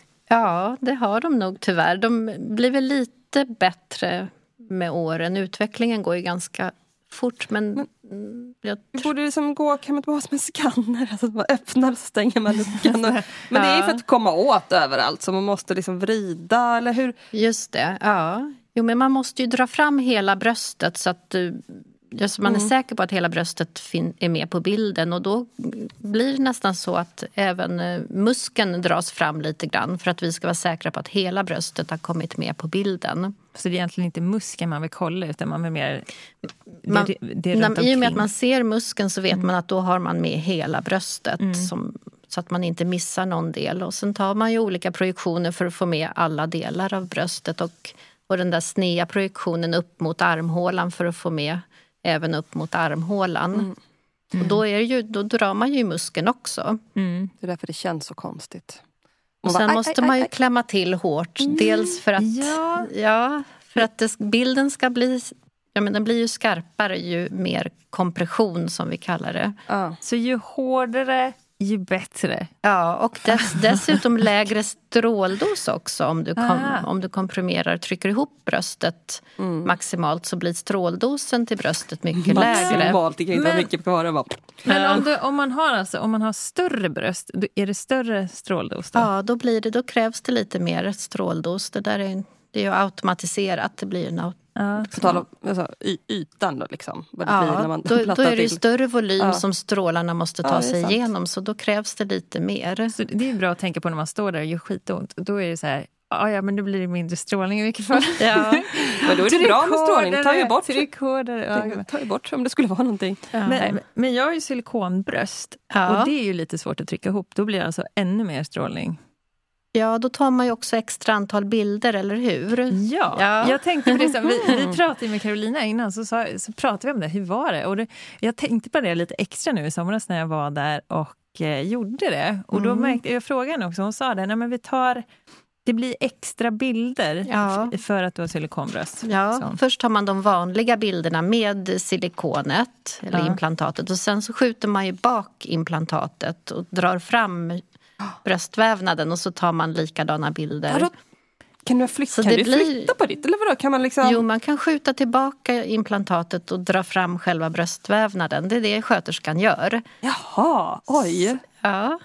Ja, det har de nog tyvärr. De blir väl lite bättre med åren. Utvecklingen går ju ganska fort, men... men jag det borde liksom gå, kan man inte vara som en skanner, alltså att man öppnar och stänger man luckan. Och, men det är ju för att komma åt överallt, så man måste liksom vrida, eller hur? Just det, ja. Jo, men man måste ju dra fram hela bröstet så att du, just man är mm. säker på att hela bröstet fin- är med på bilden, och då blir det nästan så att även muskeln dras fram lite grann för att vi ska vara säkra på att hela bröstet har kommit med på bilden. Så det är egentligen inte muskeln man vill kolla, utan man vill mer... Man, det, det är när, I och med att man ser muskeln så vet mm. man att då har man med hela bröstet mm. som, så att man inte missar någon del. Och sen tar man ju olika projektioner för att få med alla delar av bröstet, och, och den där sneda projektionen upp mot armhålan för att få med även upp mot armhålan. Mm. Mm. Och då, är det ju, då drar man ju muskeln också. Mm. Det är därför det känns så konstigt. Och sen bara, måste aj, man ju aj, aj. klämma till hårt. Mm. Dels för att, ja. Ja, för att det, bilden ska bli... Ja, men den blir ju skarpare ju mer kompression, som vi kallar det. Ja. Så ju hårdare, ju bättre. Ja, och dess, dessutom lägre stråldos också. Om du, kom, om du komprimerar, trycker ihop bröstet mm. maximalt, så blir stråldosen till bröstet mycket lägre. Maximalt, det kan inte vara mycket kvar det var. Men om, du, om, man har alltså, om man har större bröst, är det större stråldos då? Ja, då, blir det, då krävs det lite mer stråldos. Det där är, det är ju automatiserat, det blir en automatiserat. Ja, på tal om alltså, y- ytan då liksom. Vad det ja, blir när man då, då är det ju till. större volym ja. som strålarna måste ta ja, sig igenom. Så då krävs det lite mer. Så det är bra att tänka på när man står där och gör skitont. Då är det så här, ja, ja men då blir det mindre strålning i vilket fall. Ja. Men då är det bra med strålning. Ta ju bort. Tryckhårdare. Ja. Ta ju bort om det skulle vara någonting. Ja. Men, men jag har ju silikonbröst. Ja. Och det är ju lite svårt att trycka ihop. Då blir det alltså ännu mer strålning. Ja, då tar man ju också extra antal bilder, eller hur? Ja, ja. Jag tänkte på det. Så, vi, vi pratade med Carolina innan, så, sa, så pratade vi om det. Hur var det? Och det, jag tänkte på det lite extra nu i somras när jag var där och eh, gjorde det. Och då mm. märkte jag frågan också. Hon sa det, nej men vi tar... Det blir extra bilder ja. för att du har silikonbröst. Ja, så. Först tar man de vanliga bilderna med silikonet, eller ja. implantatet. Och sen så skjuter man ju bak implantatet och drar fram... bröstvävnaden, och så tar man likadana bilder. Ja, då, kan du, flytta, kan du blir... flytta på ditt? Eller vadå? Kan man liksom... Jo, man kan skjuta tillbaka implantatet och dra fram själva bröstvävnaden. Det är det sköterskan gör. Jaha, oj. Ja.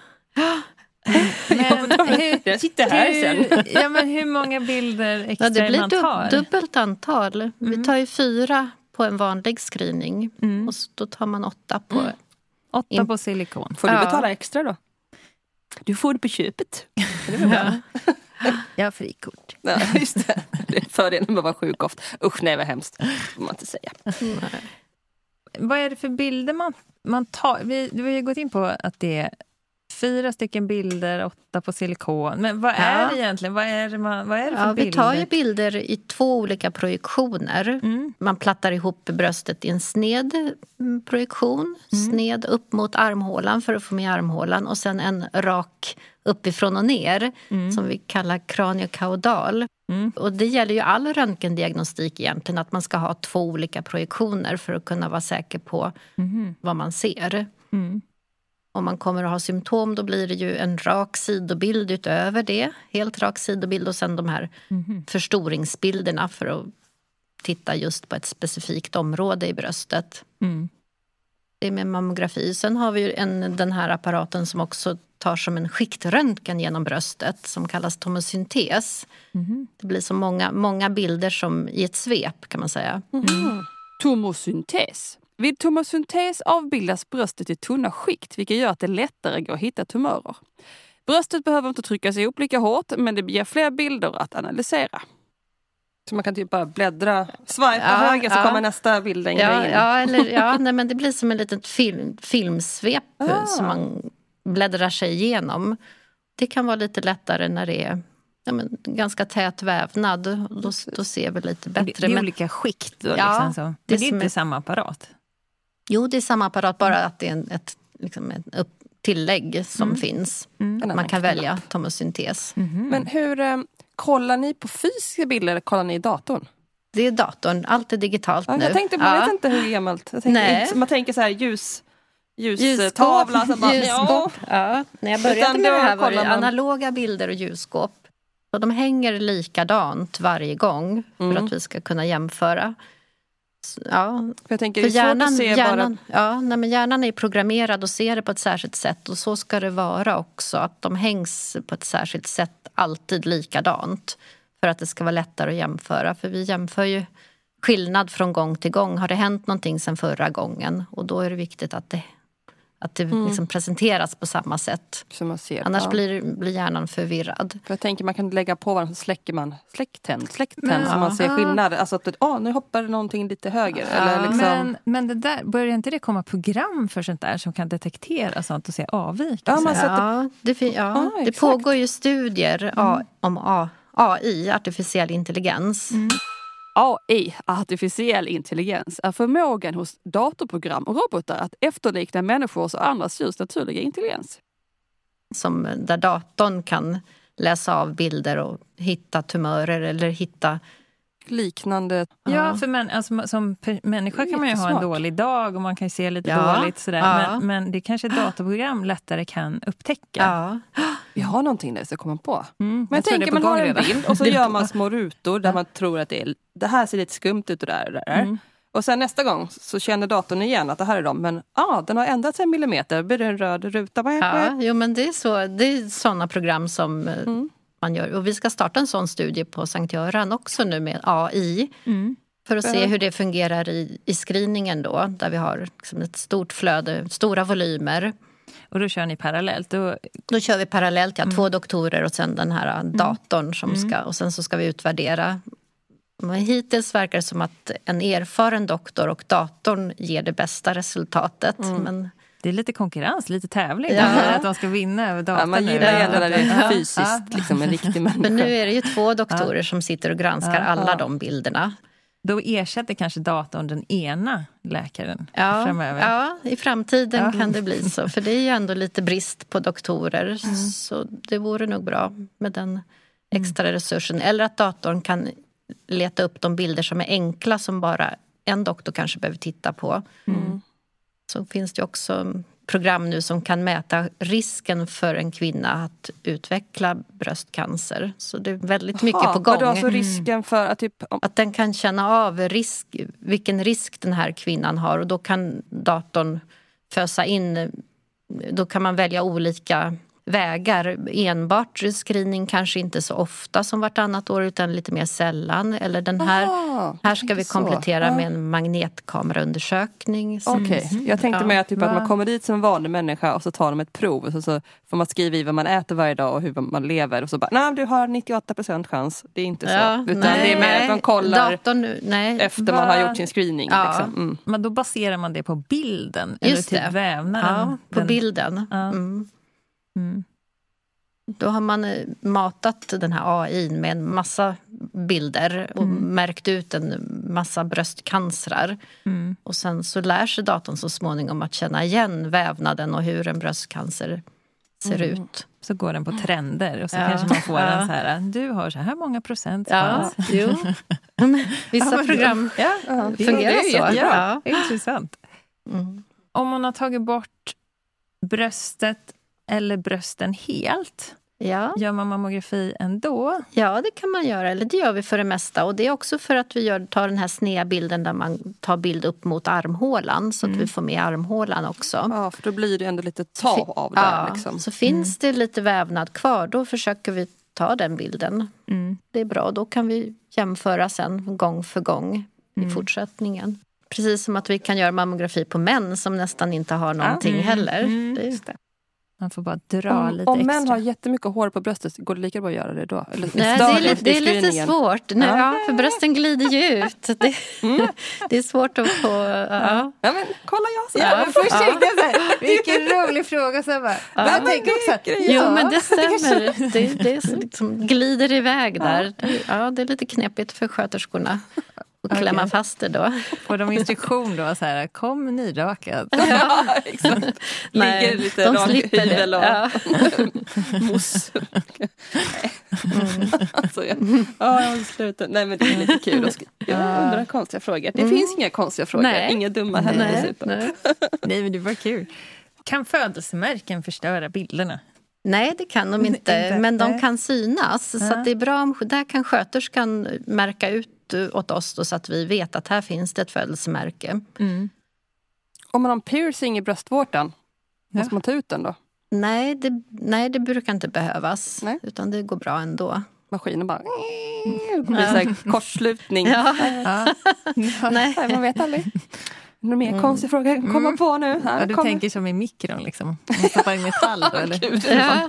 Men hur, jag sitter här sen. Ja, men hur många bilder extra ja, det blir man tar? Du, dubbelt antal. Mm. Vi tar ju fyra på en vanlig screening. Mm. Och så, då tar man åtta på... Mm. Åtta in... på silikon. Får du ja. betala extra då? Du får det på köpet. Det är bra. Jag har frikort. Ja, just det. Det är fördelen med att vara sjuk ofta. Usch, nej vad hemskt. Det får man inte säga. Nej. Vad är det för bilder man, man tar? Vi, vi har ju gått in på att det är fyra stycken bilder, åtta på silikon. Men vad är Ja. det egentligen? Vad är det, man, vad är det för Ja, bilder? vi tar ju bilder i två olika projektioner. Mm. Man plattar ihop bröstet i en sned mm, projektion. Mm. Sned upp mot armhålan för att få med armhålan. Och sen en rak uppifrån och ner Mm. som vi kallar kraniokaudal. Mm. Och det gäller ju all röntgendiagnostik egentligen. Att man ska ha två olika projektioner för att kunna vara säker på Mm. vad man ser. Mm. Om man kommer att ha symptom då blir det ju en rak sidobild utöver det. Helt rak sidobild och sen de här Mm. förstoringsbilderna för att titta just på ett specifikt område i bröstet. Mm. Det är med mammografi. Sen har vi ju en, den här apparaten som också tar som en skiktröntgen genom bröstet som kallas tomosyntes. Mm. Det blir så många, många bilder som i ett svep kan man säga. Mm. Tomosyntes. Vid tomosyntes avbildas bröstet i tunna skikt vilket gör att det lättare går att hitta tumörer. Bröstet behöver inte tryckas ihop lika hårt men det ger fler bilder att analysera. Så man kan typ bara bläddra, swipa Ja, höger så ja. kommer nästa bild längre Ja, in. ja, eller, ja nej, men det blir som en liten film, filmsvep Ah. som man bläddrar sig igenom. Det kan vara lite lättare när det är ja, men, ganska tät vävnad. Då, då ser vi lite Det, bättre. det är men, olika skikt då, Ja, liksom så. Men det det är som inte är- samma apparat. jo, det är samma apparat, bara att det är en, ett, liksom ett upp, tillägg som finns. En Man annan kan knapp. välja tomosyntes. Men hur eh, kollar ni på fysiska bilder eller kollar ni i datorn? Det är datorn, allt är digitalt Ja, nu. jag tänkte, jag vet inte hur gammalt. Jag tänkte, Nej. inte- man tänker så här ljus, Ljuskåp. ljustavla. Så bara, ja. Ljusskåp. Ja, när jag började Utan med det då här var det kollar man- analoga bilder och ljusskåp. Och de hänger likadant varje gång för Mm. att vi ska kunna jämföra. S- Ja, För jag tänker, för det är svårt hjärnan, att se hjärnan, bara... ja, nej, men hjärnan är programmerad och ser det på ett särskilt sätt. Och så ska det vara också. Att de hängs på ett särskilt sätt alltid likadant. För att det ska vara lättare att jämföra. För vi jämför ju skillnad från gång till gång. Har det hänt någonting sedan förra gången? Och då är det viktigt att det, att det liksom presenteras på samma sätt. Som man ser. Annars ja. blir, blir hjärnan förvirrad. För jag tänker man kan lägga på varandra så släcker man släcktänd, släcktänd Men- så man ser ja. skillnad. Alltså att åh, nu hoppar någonting lite höger. Ja. Eller liksom... Men, men det där, börjar inte det komma program för sånt där som kan detektera sånt och se avvikelser? Ja, man sätter- Ja, det, fin- ja, Ja, det exakt. pågår ju studier a, om a, AI, artificiell intelligens. A I, artificiell intelligens, är förmågan hos datorprogram och robotar att efterlikna människors och andras djurs naturliga intelligens. Som, där datorn kan läsa av bilder och hitta tumörer eller hitta... Liknande. Ja, för män, alltså, som pe- människa kan man ju ha en Jättesmart. dålig dag och man kan ju se lite Ja, dåligt sådär. ja. Men, men det kanske datorprogram lättare kan upptäcka. Ja, Vi har någonting där så kommer på. Mm, Men jag tror det är tänker på man har gång en redan. bild och så Det är gör på- man små rutor där man tror att det, är, det här ser lite skumt ut och där och där. Mm. Och sen nästa gång så känner datorn igen att det här är dem. Men ah, den har ändrat sig en millimeter. Blir det en röd ruta? Vad är ja det? jo, men det är, så, det är sådana program som eh, Mm. man gör. Och vi ska starta en sån studie på Sankt Göran också nu med A I. Mm. För att se Ja. hur det fungerar i, i screeningen då. Där vi har liksom ett stort flöde, stora volymer. Och då kör ni parallellt. Då, Då kör vi parallellt, ja, Mm. två doktorer och sen den här datorn som ska, och sen så ska vi utvärdera. Men hittills verkar det som att en erfaren doktor och datorn ger det bästa resultatet. Mm. Men det är lite konkurrens, lite tävling. Ja. Där, att de ska vinna över datorn. Ja, man nu. gillar ju ändå när det är Ja. fysiskt, Ja. liksom en riktig människa. Men nu är det ju två doktorer som sitter och granskar Ja. alla Ja. de bilderna. Då ersätter kanske datorn den ena läkaren Ja, framöver. ja, i framtiden Ja. kan det bli så. För det är ju ändå lite brist på doktorer. Så det vore nog bra med den extra resursen. Eller att datorn kan leta upp de bilder som är enkla som bara en doktor kanske behöver titta på. Mm. Så finns det också program nu som kan mäta risken för en kvinna att utveckla bröstcancer. Så det är väldigt mycket Jaha, på gång. vadå, alltså risken för att typ... Om, Att den kan känna av risk, vilken risk den här kvinnan har. Och då kan datorn fösa in, då kan man välja olika vägar. Enbart screening kanske inte så ofta som vartannat år utan lite mer sällan. Eller den här, Ah, här ska vi inte så. komplettera Ja. med en magnetkameraundersökning. Okej, jag tänkte Ja. mig att, typ att Va? man kommer dit som en vanlig människa och så tar de ett prov och så, så får man skriva i vad man äter varje dag och hur man lever och så bara, nej du har nittioåtta procent chans, det är inte så. Ja, Utan nej, det är mer att de kollar datorn, nej. efter man har Va? gjort sin screening. Ja. Liksom. Mm. Men då baserar man det på bilden? Just eller typ det. vävnaden? Ja, på Den- bilden. Ja. Mm. Mm. Då har man matat den här A I med en massa bilder och mm. märkt ut en massa bröstcancrar. Mm. Och sen så lär sig datorn så småningom att känna igen vävnaden och hur en bröstcancer ser mm. ut. Så går den på trender och så ja. kanske man får ja. en så här, du har så här många procent. Ja, jo. Vissa ja, program ja, ja, fungerar så. Ja, ja. Intressant. Mm. Om man har tagit bort bröstet eller brösten helt, ja. gör man mammografi ändå? Ja, det kan man göra. Eller det gör vi för det mesta. Och det är också för att vi gör, tar den här sneda bilden där man tar bild upp mot armhålan. Så att mm. vi får med armhålan också. Ja, för då blir det ändå lite ta av där. Ja, liksom. Så finns mm. det lite vävnad kvar, då försöker vi ta den bilden. Mm. Det är bra. Då kan vi jämföra sen gång för gång mm. i fortsättningen. Precis som att vi kan göra mammografi på män som nästan inte har någonting mm. heller. Mm. Det är just det. Man får bara dra om, lite om extra. Om män har jättemycket hår på bröstet, går det lika bra att göra det då? Eller, Nej, det är lite, det är lite svårt. Nej, ja, för brösten glider ju ut. Det, mm. det är svårt att få... Ja, ja men kolla jag så. Ja, men först ja. tänkte jag så här, vilken rolig fråga. Så jag bara, ja, jag tänker också att, jo, men det stämmer. Det, det är så liksom glider iväg där. Ja, det är lite knepigt för sköterskorna. Och klämma okay. fast det då. Får de instruktion då så här, kom nyrakad. Ja, exakt. Nej, ligger lite de rak slipper hyvel och ja. mousse. Mm. Alltså, ja. Ja, jag slutar. Nej, men det är lite kul. Jag undrar konstiga frågor. Det mm. finns inga konstiga frågor. Nej. Inga dumma heller dessutom. Nej. Nej, men det var kul. Kan födelsemärken förstöra bilderna? Nej, det kan de inte. Men de kan synas. Så att det är bra om där kan sköterskan märka ut åt oss då, så att vi vet att här finns det ett födelsemärke. Mm. Om man har en piercing i bröstvårtan, ja. måste man ta ut den då? Nej, det, nej, det brukar inte behövas. Nej. Utan det går bra ändå. Maskinen bara... Det blir så här kortslutning. Ja. Ja. Nej, man vet aldrig. Några mer mm. konstiga frågor komma mm. på nu. Här, ja, du kommer. tänker som i mikron liksom. Man stoppar in metall då, eller? Gud, ja.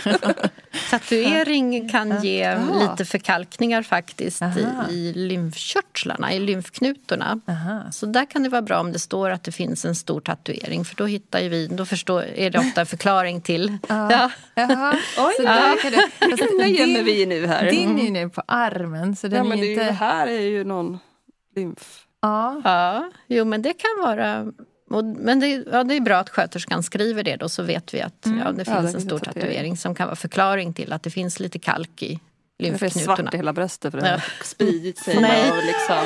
Tatuering kan ge Aha. lite förkalkningar faktiskt i, i lymfkörtlarna, i lymfknutorna. Aha. Så där kan det vara bra om det står att det finns en stor tatuering. För då hittar ju vi, då förstår, är det ofta en förklaring till. Ja. Jaha. Oj, så ja. kan det. Fast det gömmer vi nu här. Din är ju nu på armen. Så den ja, men är det, inte... det här är ju någon lymf. Ja. ja, jo men det kan vara... Och, men det, ja, det är bra att sköterskan skriver det då, så vet vi att mm. ja, det finns ja, det en stor tatuering. tatuering som kan vara förklaring till att det finns lite kalk i lymfknutorna. Det är svart i hela bröstet för det ja. har spridit sig. Nej. Och liksom...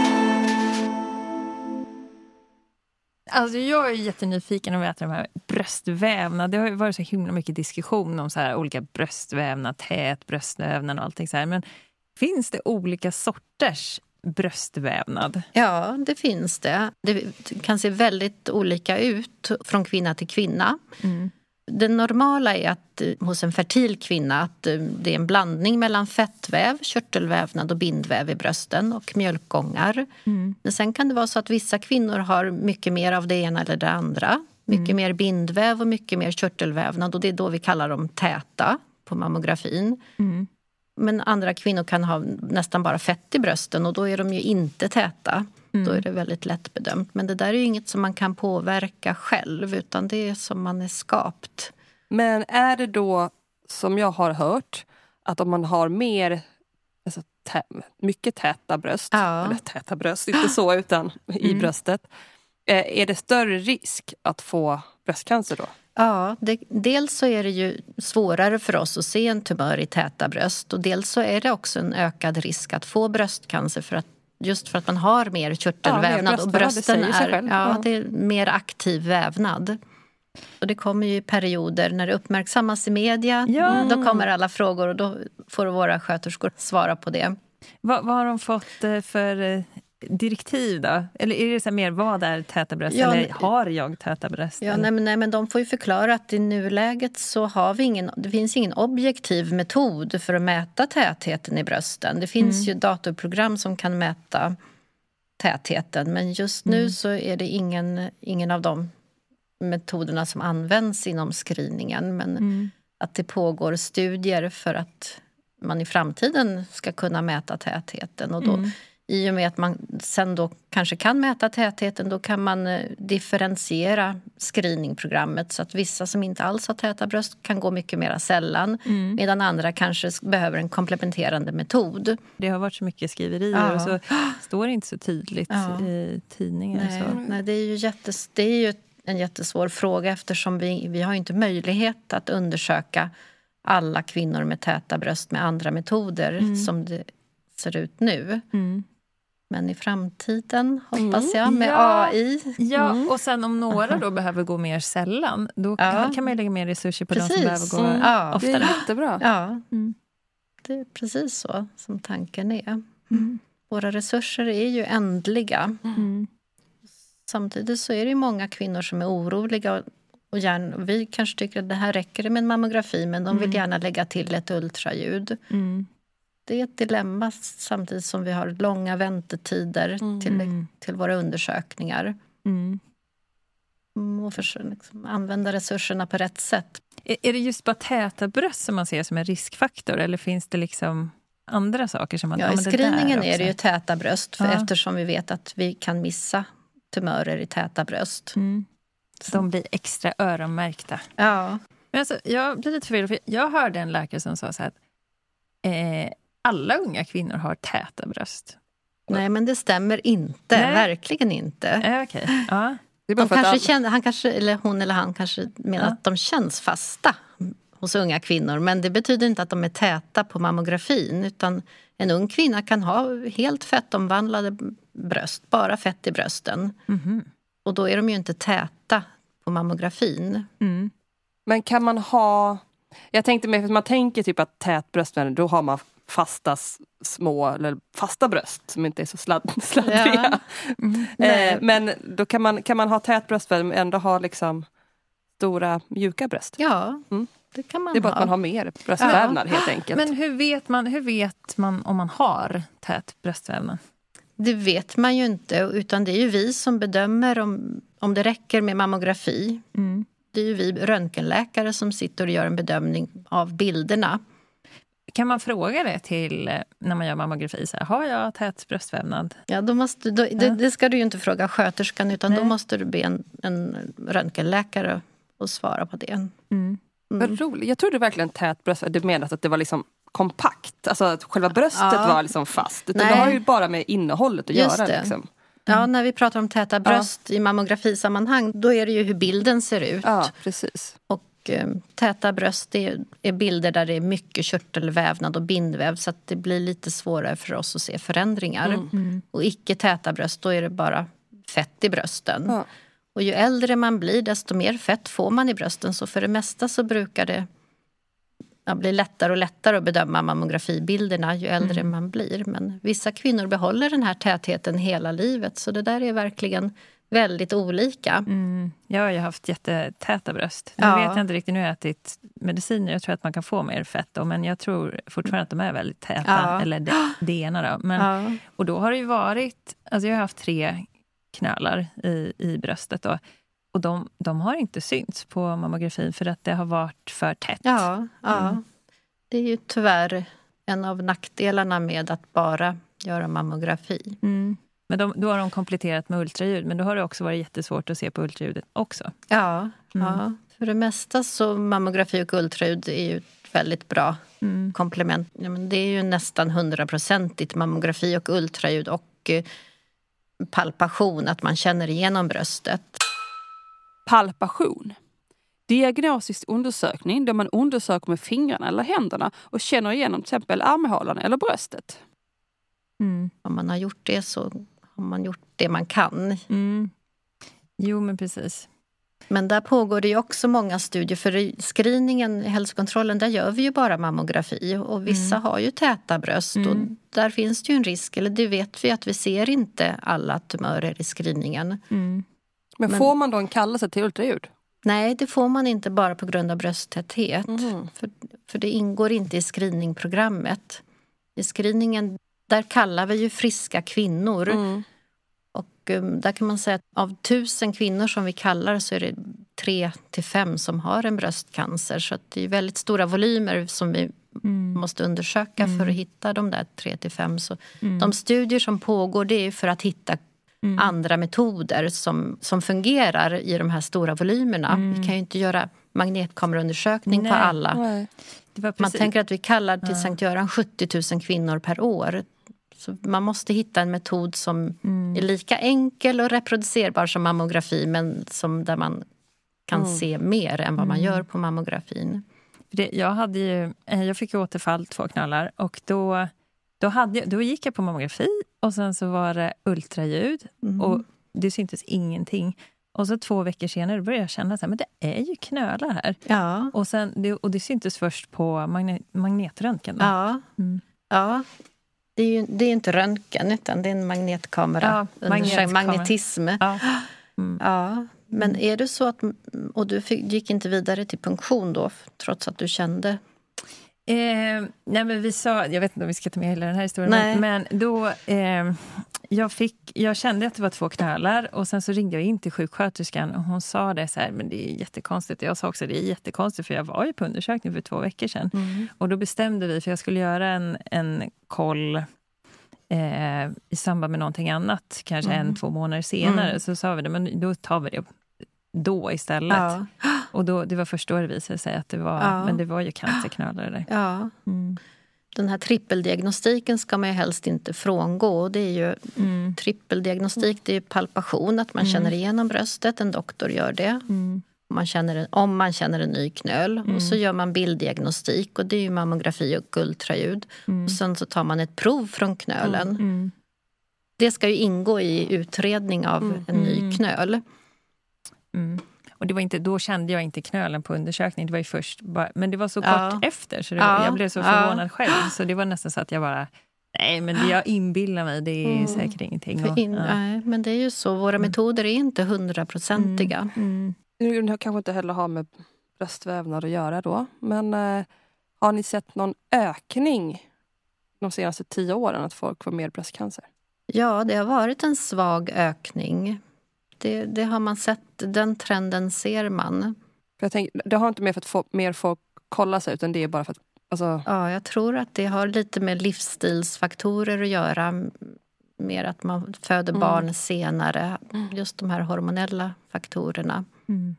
Alltså jag är jättenyfiken att veta de här bröstvävnad. Det har ju varit så himla mycket diskussion om så här olika bröstvävnad, tät bröstvävnad och allting så här. Men finns det olika sorters bröstvävnad? Ja, det finns det. Det kan se väldigt olika ut från kvinna till kvinna. Mm. Det normala är att hos en fertil kvinna att det är en blandning mellan fettväv, körtelvävnad och bindväv i brösten och mjölkgångar. Mm. Men sen kan det vara så att vissa kvinnor har mycket mer av det ena eller det andra. Mycket mm. mer bindväv och mycket mer körtelvävnad, och det är då vi kallar dem täta på mammografin. Mm. Men andra kvinnor kan ha nästan bara fett i brösten, och då är de ju inte täta. Mm. Då är det väldigt lätt bedömt. Men det där är ju inget som man kan påverka själv, utan det är som man är skapt. Men är det då, som jag har hört, att om man har mer, alltså tä, mycket täta bröst, ja. eller täta bröst, inte så utan i mm. bröstet, är det större risk att få bröstcancer då? Ja, det, dels så är det ju svårare för oss att se en tumör i täta bröst, och dels så är det också en ökad risk att få bröstcancer för att, just för att man har mer körtelvävnad, ja, och brösten är, ja, ja. det är mer aktiv vävnad. Och det kommer ju perioder när det uppmärksammas i media, ja. då kommer alla frågor och då får våra sköterskor svara på det. Vad, vad har de fått för direktiv då? Eller är det så mer, vad är täta bröst? Ja, eller har jag täta bröst? Ja, nej, men, nej, men de får ju förklara att i nuläget så har vi ingen, det finns ingen objektiv metod för att mäta tätheten i brösten. Det finns mm. ju datorprogram som kan mäta tätheten, men just nu mm. så är det ingen, ingen av de metoderna som används inom screeningen. Men mm. att det pågår studier för att man i framtiden ska kunna mäta tätheten, och då mm. i och med att man sen då kanske kan mäta tätheten, då kan man eh, differentiera screeningprogrammet så att vissa som inte alls har täta bröst kan gå mycket mer sällan, mm. medan andra kanske behöver en komplementerande metod. Det har varit så mycket skriverier ja. och så står det inte så tydligt ja. i tidningar. Nej, så. nej, det är ju, jättes, det är ju en jättesvår fråga eftersom vi, vi har inte möjlighet att undersöka alla kvinnor med täta bröst med andra metoder mm. som det ser ut nu. Mm. Men i framtiden hoppas jag med ja. A I. Ja, mm. och sen om några då behöver gå mer sällan, då ja. kan man lägga mer resurser på precis. de som behöver gå mm. ja. oftare. Det är jättebra. Ja, mm. det är precis så som tanken är. Mm. Våra resurser är ju ändliga. Mm. Samtidigt så är det ju många kvinnor som är oroliga och gärna, vi kanske tycker att det här räcker med en mammografi, men de vill mm. gärna lägga till ett ultraljud. Mm. Det är ett dilemma samtidigt som vi har långa väntetider mm. till, till våra undersökningar. Mm. Och för, liksom, använda resurserna på rätt sätt. Är, är det just bara täta bröst som man ser som en riskfaktor, eller finns det liksom andra saker som man... Ja, i screeningen är det ju täta bröst, för ja. eftersom vi vet att vi kan missa tumörer i täta bröst. Mm. De blir extra öronmärkta. Ja. Men alltså, jag blir lite förvirrad, för jag hörde en läkare som sa så här att eh, alla unga kvinnor har täta bröst. Nej, men det stämmer inte. Nej. Verkligen inte. Eh, okay. ja. Det är bara de kanske all... känner, han kanske, eller hon eller han kanske menar ja. att de känns fasta hos unga kvinnor. Men det betyder inte att de är täta på mammografin, utan en ung kvinna kan ha helt fettomvandlade bröst, bara fett i brösten. Mm-hmm. Och då är de ju inte täta på mammografin. Mm. Men kan man ha... Jag tänkte mig, för man tänker typ att tät bröstvävnad, då har man fasta små, eller fasta bröst som inte är så sladd, sladdriga. Ja. Mm. Eh, men då kan man, kan man ha tät bröstvävnad men ändå ha liksom stora mjuka bröst? Ja, mm. det kan man ha. Det är bara ha. att man har mer bröstvävnad ja. helt enkelt. Men hur vet man, hur vet man om man har tät bröstvävnad? Det vet man ju inte, utan det är ju vi som bedömer om, om det räcker med mammografi. Mm. Det är ju vi röntgenläkare som sitter och gör en bedömning av bilderna. Kan man fråga det till när man gör mammografi? Så här, har jag tät bröstvävnad? Ja, då måste, då, ja. Det, det ska du ju inte fråga sköterskan, utan Nej. då måste du be en, en röntgenläkare och svara på det. Mm. Mm. Vad roligt. Jag trodde verkligen tät bröstvävnad, det menade att det var liksom kompakt. Alltså att själva bröstet ja. var liksom fast. Utan det har ju bara med innehållet att Just göra. Det. Liksom. Ja, när vi pratar om täta bröst ja. i mammografisammanhang, då är det ju hur bilden ser ut. Ja, precis. Och eh, täta bröst är, är bilder där det är mycket körtelvävnad och bindväv, så att det blir lite svårare för oss att se förändringar. Mm. Mm. Och icke täta bröst, då är det bara fett i brösten. Ja. Och ju äldre man blir, desto mer fett får man i brösten. Så för det mesta så brukar det ja, bli lättare och lättare att bedöma mammografibilderna ju äldre mm. man blir. Men vissa kvinnor behåller den här tätheten hela livet. Så det där är verkligen väldigt olika. Mm. Jag har ju haft jättetäta bröst. Nu ja. vet jag inte riktigt, nu har jag ätit mediciner. Jag tror att man kan få mer fett då, men jag tror fortfarande att de är väldigt täta. Ja. Eller det, det ena då. Men, ja. Och då har det ju varit, alltså jag har haft tre knölar i, i bröstet då. Och de, de har inte synts på mammografin för att det har varit för tätt. Ja, ja. Mm. Det är ju tyvärr en av nackdelarna med att bara göra mammografi. Mm. Men de, då har de kompletterat med ultraljud. Men då har det också varit jättesvårt att se på ultraljudet också. Ja, mm. ja. För det mesta så mammografi och ultraljud är ju ett väldigt bra mm. komplement. Ja, men det är ju nästan hundraprocentigt mammografi och ultraljud och eh, palpation, att man känner igenom bröstet. Palpation. Diagnostisk undersökning där man undersöker med fingrarna eller händerna och känner igenom till exempel armhålan eller bröstet. Mm. Om man har gjort det så har man gjort det man kan. Mm. Jo, men precis. Men där pågår det ju också många studier, för i screeningen, hälsokontrollen, där gör vi ju bara mammografi. Och vissa mm. har ju täta bröst mm. och där finns det ju en risk, eller det vet vi att vi ser inte alla tumörer i screeningen. Mm. Men, Men får man då en kallelse till ultraljud? Nej, det får man inte bara på grund av brösttäthet. Mm. För, för det ingår inte i screeningprogrammet. I screeningen, där kallar vi ju friska kvinnor. Mm. Och um, där kan man säga att av tusen kvinnor som vi kallar så är det tre till fem som har en bröstcancer. Så att det är väldigt stora volymer som vi mm. måste undersöka mm. för att hitta de där tre till fem. Så mm. de studier som pågår, det är för att hitta mm. andra metoder som, som fungerar i de här stora volymerna. Mm. Vi kan ju inte göra magnetkameraundersökning Nej. på alla. Nej. Det var man tänker att vi kallar till ja. Sankt Göran sjuttio tusen kvinnor per år. Så man måste hitta en metod som mm. är lika enkel och reproducerbar som mammografi, men som där man kan mm. se mer än vad man gör på mammografin. Det, jag, hade ju, jag fick ju återfall två knallar och då, då, hade jag, då gick jag på mammografi och sen så var det ultraljud mm. och det syntes ingenting. Och så två veckor senare började jag känna så här, men det är ju knölar här. Ja. Och, sen, det, och det syntes först på magne, magnetröntgen. Då. Ja, mm. ja. Det är ju det är inte röntgen utan det är en magnetkamera. Ja, magnetkamera. Magnetism. Ja. Mm. Ja. Men är det så att, och du fick, gick inte vidare till punktion då, trots att du kände? Eh, nej men vi sa, jag vet inte om vi ska ta med hela den här historien, nej. men då, eh, jag, fick, jag kände att det var två knölar och sen så ringde jag in till sjuksköterskan och hon sa det så här, men det är jättekonstigt. Jag sa också det är jättekonstigt för jag var ju på undersökning för två veckor sedan. Mm. Och då bestämde vi, för jag skulle göra en, en koll eh, i samband med någonting annat, kanske mm. en, två månader senare, mm. så sa vi det, men då tar vi det då istället. Ja. Och då, det var först då det visade sig att det var, ja. men det var ju cancerknölar där. Ja. Mm. Den här trippeldiagnostiken ska man ju helst inte frångå. Det är ju mm. trippeldiagnostik, det är ju palpation, att man mm. känner igenom bröstet, en doktor gör det. Mm. Man känner, om man känner en ny knöl. Mm. Och så gör man bilddiagnostik och det är ju mammografi och ultraljud. Mm. Och sen så tar man ett prov från knölen. Mm. Mm. Det ska ju ingå i utredning av mm. en ny knöl. Mm. Och det var inte, då kände jag inte knölen på undersökningen. Det var ju först, bara, men det var så kort ja. efter så det, ja. jag blev så förvånad ja. själv. Så det var nästan så att jag bara, nej men det, jag inbillar mig, det är mm. säkert ingenting. Och, in, ja. Nej, men det är ju så, våra mm. metoder är inte hundraprocentiga. Mm. Mm. Det kanske inte heller har med bröstvävnad att göra då. Men eh, har ni sett någon ökning de senaste tio åren att folk får mer bröstcancer? Ja, det har varit en svag ökning. Det, det har man sett, den trenden ser man. För jag tänker, det har inte med för att få mer folk kolla sig, utan det är bara för att... Alltså... Ja, jag tror att det har lite med livsstilsfaktorer att göra. Mer att man föder mm. barn senare. Just de här hormonella faktorerna. Mm.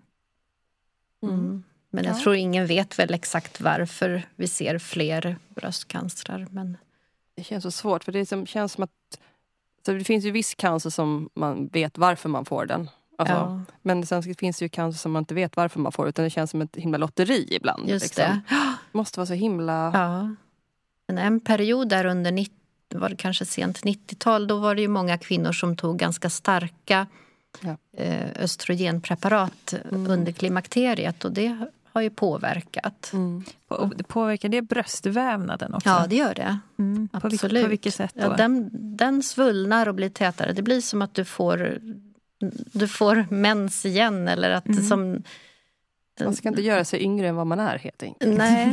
Mm. Men jag ja. tror ingen vet väl exakt varför vi ser fler bröstcancrar. Men... Det känns så svårt, för det som, känns som att... Så det finns ju viss cancer som man vet varför man får den. Alltså, ja. Men sen finns det ju cancer som man inte vet varför man får, utan det känns som ett himla lotteri ibland. Just liksom. det. Det måste vara så himla... Ja. Men en period där under nittio, var det kanske sent nittiotal, då var det ju många kvinnor som tog ganska starka ja. eh, östrogenpreparat mm. under klimakteriet, och det har ju påverkat. Mm. Och påverkar det bröstvävnaden också? Ja, det gör det. Mm. På Absolut. Vilk, på vilket sätt då? Ja, den, den svullnar och blir tätare. Det blir som att du får, du får mens igen. Eller att mm. som, man ska inte göra sig yngre än vad man är, helt enkelt. Nej.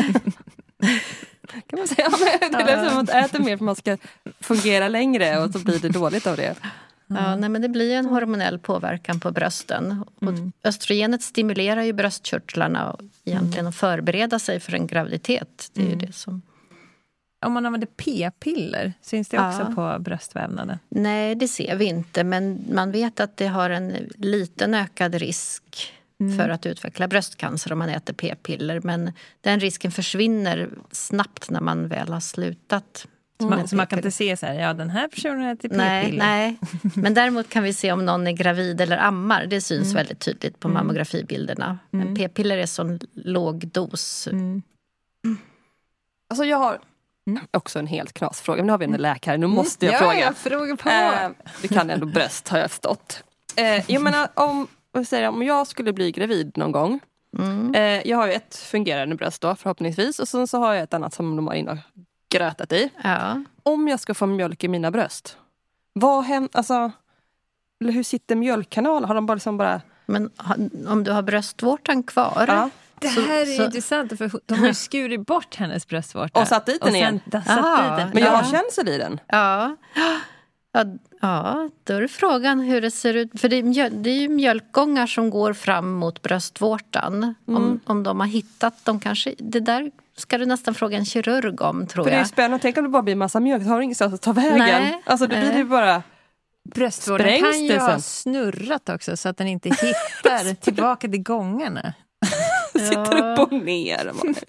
Kan man säga. Det är som att äta mer för man ska fungera längre, och så blir det dåligt av det. Mm. Ja, nej, men det blir en hormonell påverkan på brösten. Mm. Och östrogenet stimulerar ju bröstkörtlarna egentligen mm. att förbereda sig för en graviditet. Det är mm. ju det som... Om man använder p-piller, syns det också ja. på bröstvävnaden? Nej, det ser vi inte. Men man vet att det har en liten ökad risk mm. för att utveckla bröstcancer om man äter p-piller. Men den risken försvinner snabbt när man väl har slutat. Så man, så man kan inte se så här, ja den här personen äter p-piller. Nej, nej, men däremot kan vi se om någon är gravid eller ammar. Det syns mm. väldigt tydligt på mammografibilderna. Men mm. p-piller är sån låg dos. Mm. Alltså jag har mm. också en helt knasfråga. Men nu har vi en läkare, nu måste jag mm. fråga. Ja, fråga på. Eh, det kan ändå bröst, har jag förstått. Eh, jag menar, om, vad säger jag, om jag skulle bli gravid någon gång. Mm. Eh, jag har ju ett fungerande bröst då, förhoppningsvis. Och sen så har jag ett annat som de har inne grötat i. Ja. Om jag ska få mjölk i mina bröst, vad händer, alltså, hur sitter mjölkkanal? Har de bara liksom bara... Men om du har bröstvårtan kvar... Ja. Det här så, är så... intressant, för de har ju skurit bort hennes bröstvårta. Och satt dit den igen. Satt dit den. Men jag har känsel i den. Ja. Ja, ja, då är det frågan hur det ser ut. För det är, mjöl, det är ju mjölkgångar som går fram mot bröstvårtan. Mm. Om, om de har hittat dem kanske... Det där ska du nästan fråga en kirurg om, tror För jag. det är spännande, tänk om det bara blir massa mjölk, så har du ingenstans att ta vägen. Nej, alltså då blir det bara... Bröstvården kan ju ha snurrat också så att den inte hittar tillbaka till gångarna. Sitter upp och ner.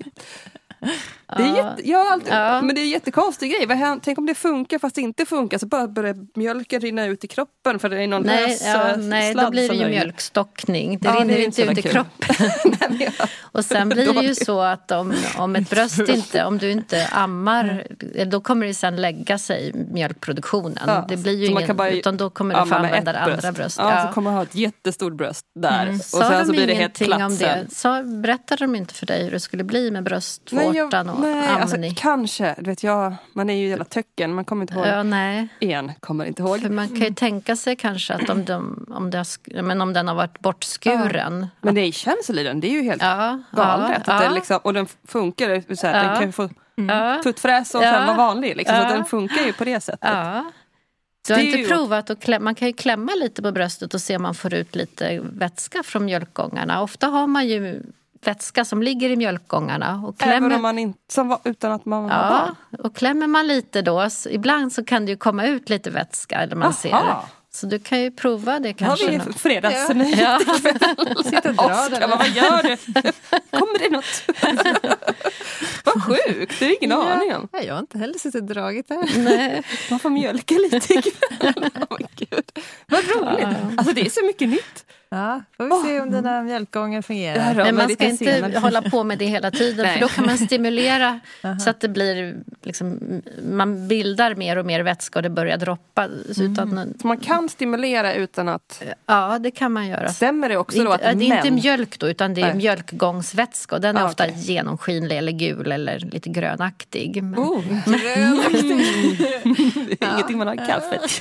Det är jätte, jag har alltid, ja. Men det är en jättekonstig grej. Vad händer, tänk om det funkar fast det inte funkar, så bara börjar mjölken rinna ut i kroppen för det är någon nej, lös ja, nej, då blir det ju mjölkstockning. Det ja, rinner det inte ut i kul. kroppen. nej, ja. Och sen blir det ju så att om, om ett bröst inte, om du inte ammar, då kommer det sen lägga sig mjölkproduktionen. Ja, det blir ju ingen, utan då kommer du få använda det andra bröst. bröst. Ja, ja, så kommer du ha ett jättestort bröst där. Mm. Och sa sen de så blir det helt platt om det? Så berättade de inte för dig hur det skulle bli med bröstvårtan och nej, amning? Alltså, kanske, du vet jag, man är ju jävla töcken, man kommer inte ihåg. Ja, nej. En kommer inte ihåg. För man kan ju mm. tänka sig kanske att om, de, om, det har, men om den har varit bortskuren. Ja. Men det är känsel i den, det är ju helt ja, galet. Ja, att ja. Det liksom, och den funkar, så här, ja. den kan få mm. puttfräs och ja. sen vara vanlig. Liksom, ja. Så att den funkar ju på det sättet. Ja. Du har inte ju... provat att klämma, man kan ju klämma lite på bröstet och se om man får ut lite vätska från mjölkgångarna. Ofta har man ju vätska som ligger i mjölkgångarna. Och klämmer... Även om man inte, som var, utan att man ja, var barn. Och klämmer man lite då, så ibland så kan det ju komma ut lite vätska. Eller man ser. Så du kan ju prova det kanske. Ja, vi är fredagsnöjd. Ja. Sitta och dra Oskar, vad gör du? Kommer det något? Vad sjukt, det är ingen ja. aning om. Ja, jag har inte heller suttit och dragit där. Nej. Man får mjölka lite ikväll. Oh, Gud. Vad roligt. Ja. Alltså det är så mycket nytt. Ja, får vi oh. se om dina mjölkgångar fungerar. Men man ska inte senare. hålla på med det hela tiden. För då kan man stimulera uh-huh. så att det blir liksom, man bildar mer och mer vätska och det börjar droppa. Mm. Utan, så man kan stimulera utan att... Ja, det kan man göra. Stämmer det också inte, då att det är män... inte mjölk då, utan det är Nej. mjölkgångsvätska. Och den är ah, ofta okay. genomskinlig eller gul eller lite grönaktig. Men... Oh, grönaktig! Det är ingenting man har i kaffet.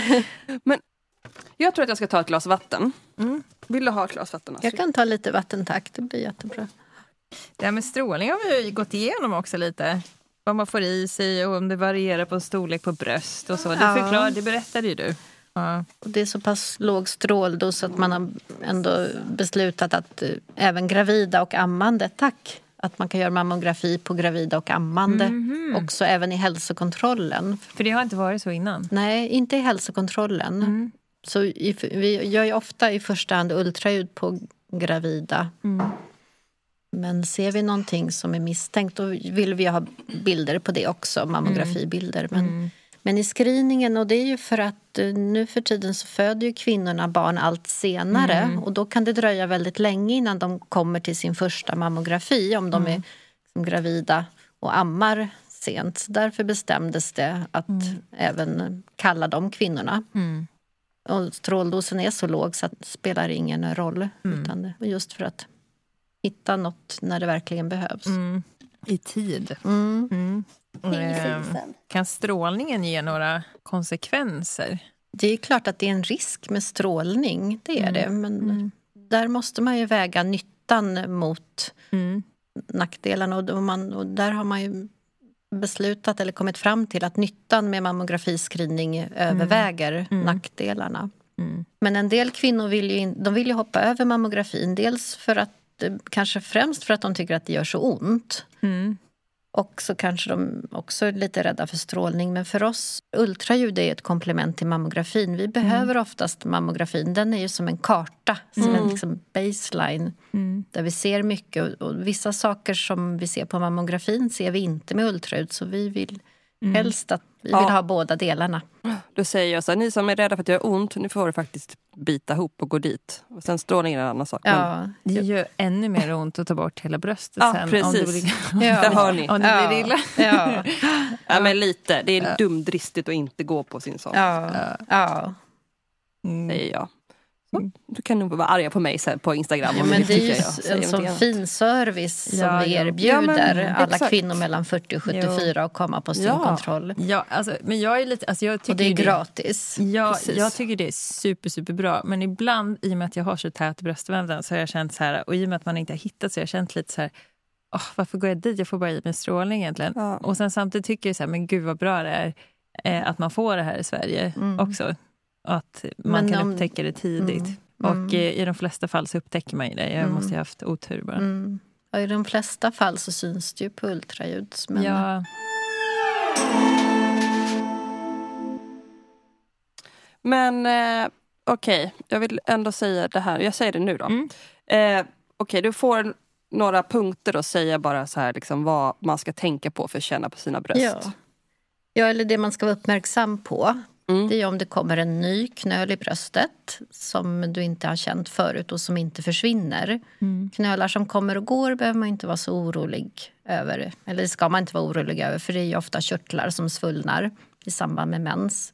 Men jag tror att jag ska ta ett glas vatten. Mm. Vill du ha ett glas vatten? Jag kan ta lite vatten, tack. Det blir jättebra. Det här med strålning har vi ju gått igenom också lite. Vad man får i sig och om det varierar på storlek på bröst och så. Det, förklar, det berättade ju du. Ja. Och det är så pass låg stråldos att man har ändå beslutat att uh, även gravida och ammande, tack, att man kan göra mammografi på gravida och ammande. Mm-hmm. Också även i hälsokontrollen. För det har inte varit så innan? Nej, inte i hälsokontrollen. Mm. Så i, vi gör ju ofta i första hand ultraljud på gravida. Mm. Men ser vi någonting som är misstänkt, då vill vi ha bilder på det också, mammografibilder. Men, mm. men i screeningen, och det är ju för att nu för tiden så föder ju kvinnorna barn allt senare. Mm. Och då kan det dröja väldigt länge innan de kommer till sin första mammografi, om de mm. är liksom gravida och ammar sent. Så därför bestämdes det att mm. även kalla de kvinnorna. Mm. Och stråldosen är så låg så att det spelar ingen roll. Mm. Utan just för att hitta något när det verkligen behövs. Mm. I tid. Mm. Mm. Mm. Kan strålningen ge några konsekvenser? Det är klart att det är en risk med strålning. Det är mm. det. Men mm. där måste man ju väga nyttan mot mm. nackdelarna. Och, man, och där har man ju beslutat eller kommit fram till att nyttan med mammografiscreening mm. överväger mm. nackdelarna. Mm. Men en del kvinnor vill ju, in, de vill ju hoppa över mammografin. Dels för att, kanske främst för att de tycker att det gör så ont. Mm. Och så kanske de också är lite rädda för strålning. Men för oss, ultraljud är ett komplement till mammografin. Vi behöver mm. oftast mammografin. Den är ju som en karta, som mm. en liksom baseline. Mm. Där vi ser mycket. Och vissa saker som vi ser på mammografin ser vi inte med ultraljud. Så vi vill mm. helst att vi vill ja. ha båda delarna. Då säger jag så här, ni som är rädda för att det gör ont, nu får du faktiskt bita ihop och gå dit. Och sen strålning är en annan sak. Ja, men... det gör ännu mer ont att ta bort hela bröstet ja, sen. Precis. Om det blir... ja, det hör ni. Om det blir illa. Ja. ja, men lite. Det är ja. dumdristigt att inte gå på sin sak. Ja, ja. Mm. Säger jag. Så, du kan nog vara arga på mig sen på Instagram. Ja, men det är ju jag. en sån fin service som ja, vi erbjuder ja, men, alla exakt. kvinnor mellan fyrtio och sjuttiofyra och komma på sin ja. kontroll. Ja, alltså, men jag är lite, alltså, jag tycker och det är det, gratis. Ja, jag tycker det är super, super bra. Men ibland, i och med att jag har så tät bröstvävnad, så har jag känt så här, och i och med att man inte har hittat, så har jag känt lite så här, oh, varför går jag dit? Jag får bara i mig strålning egentligen. Ja. Och sen samtidigt tycker jag så här, men gud vad bra det är eh, att man får det här i Sverige mm. också. Att man men kan om... upptäcka det tidigt. Mm. Och mm. i de flesta fall så upptäcker man ju det. Jag mm. måste ha haft otur bara. Mm. Ja, i de flesta fall så syns det ju på ultraljud. Men... Ja. Men eh, okej, okay. Jag vill ändå säga det här. Jag säger det nu då. Mm. Eh, okej, okay, du får några punkter att säga bara så här liksom, vad man ska tänka på för att känna på sina bröst. Ja, ja eller det man ska vara uppmärksam på. Mm. Det är om det kommer en ny knöl i bröstet som du inte har känt förut och som inte försvinner. Mm. Knölar som kommer och går behöver man inte vara så orolig över. Eller det ska man inte vara orolig över, för det är ju ofta körtlar som svullnar i samband med mens.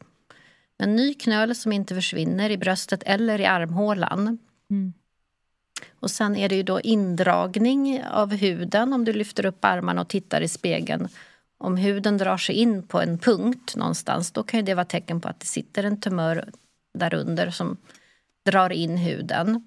En ny knöl som inte försvinner i bröstet eller i armhålan. Mm. Och sen är det ju då indragning av huden om du lyfter upp armarna och tittar i spegeln. Om huden drar sig in på en punkt någonstans, då kan ju det vara tecken på att det sitter en tumör där under som drar in huden.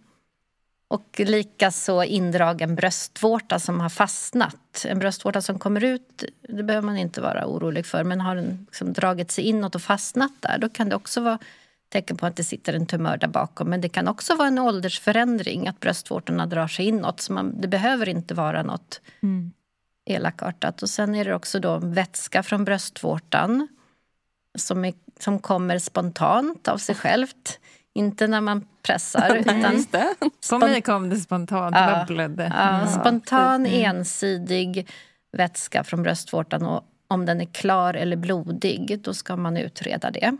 Och likaså indragen bröstvårta som har fastnat. En bröstvårta som kommer ut, det behöver man inte vara orolig för. Men har den liksom dragit sig inåt och fastnat där, då kan det också vara tecken på att det sitter en tumör där bakom. Men det kan också vara en åldersförändring, att bröstvårtorna drar sig inåt. Så man, det behöver inte vara något mm. elakartat. Och sen är det också då vätska från bröstvårtan som, är, som kommer spontant av sig självt. Inte när man pressar. Utan på mig kom det spontant. Ja, det blödde. Ja, mm. Spontan, ensidig vätska från bröstvårtan. Och om den är klar eller blodig, då ska man utreda det.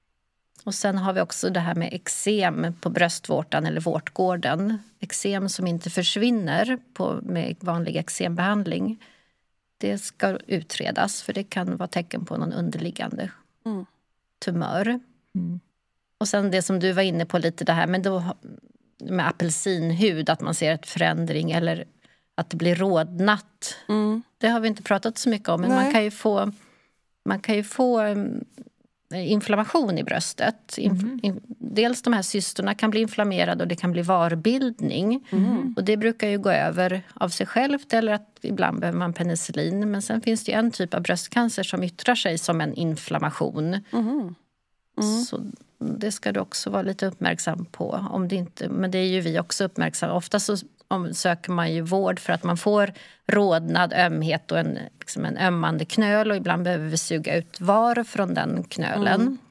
Och sen har vi också det här med eksem på bröstvårtan eller vårtgården. Eksem som inte försvinner på, med vanlig eksembehandling. Det ska utredas, för det kan vara tecken på någon underliggande mm. tumör. Mm. Och sen det som du var inne på lite, det här men då, med apelsinhud, att man ser ett förändring eller att det blir rodnat. Mm. Det har vi inte pratat så mycket om, men man kan ju få, man kan ju få um, inflammation i bröstet. Mm. In, dels de här cystorna kan bli inflammerade och det kan bli varbildning. Mm. Och det brukar ju gå över av sig självt, eller att ibland behöver man penicillin. Men sen finns det ju en typ av bröstcancer som yttrar sig som en inflammation. Mm. Mm. Så det ska du också vara lite uppmärksam på. Om det inte, men det är ju vi också uppmärksamma. Ofta så om, söker man ju vård för att man får rodnad, ömhet och en, liksom en ömmande knöl. Och ibland behöver vi suga ut var från den knölen. Mm.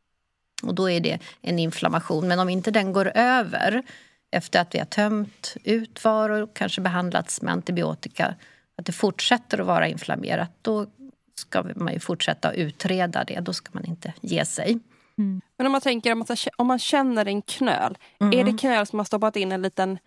Och då är det en inflammation. Men om inte den går över efter att vi har tömt ut var och kanske behandlats med antibiotika, att det fortsätter att vara inflammerat, då ska man ju fortsätta att utreda det. Då ska man inte ge sig. Mm. Men om man tänker om man, om man känner en knöl, mm. är det knöl som har stoppat in en liten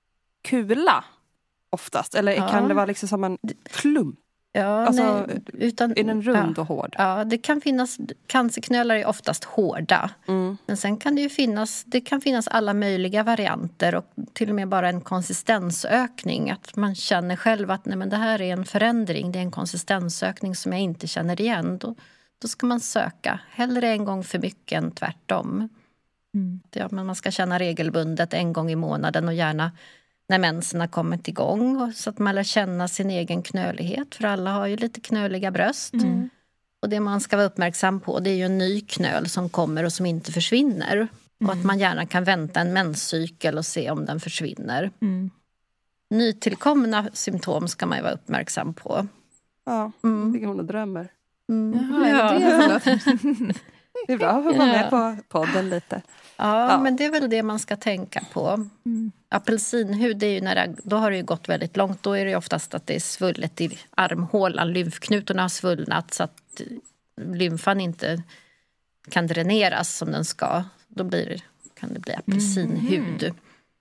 kula oftast? Eller ja. Kan det vara liksom som en klump? Ja, alltså, nej, utan, är den rund ja, och hård? Ja, det kan finnas, cancerknölar är oftast hårda. Mm. Men sen kan det ju finnas, det kan finnas alla möjliga varianter och till och med bara en konsistensökning. Att man känner själv att nej, men det här är en förändring, det är en konsistensökning som jag inte känner igen. Då, då ska man söka. Hellre en gång för mycket än tvärtom. Mm. Ja, men man ska känna regelbundet en gång i månaden och gärna när mensen har kommit igång, och så att man lär känna sin egen knölighet, för alla har ju lite knöliga bröst. Mm. Och det man ska vara uppmärksam på, det är ju en ny knöl som kommer och som inte försvinner. Mm. Och att man gärna kan vänta en menscykel och se om den försvinner. Mm. Nytillkomna symptom ska man ju vara uppmärksam på. Ja, mm. det kan hon drömmer. Mm. Jaha, är det det? Det är bra att vara med på podden lite. Ja, ja, men det är väl det man ska tänka på. Mm. Apelsinhud, det är ju när det, då har det ju gått väldigt långt. Då är det ju oftast att det är svullet i armhålan. Lymfknutorna har svullnat så att lymfan inte kan dräneras som den ska. Då blir det, kan det bli apelsinhud. Mm.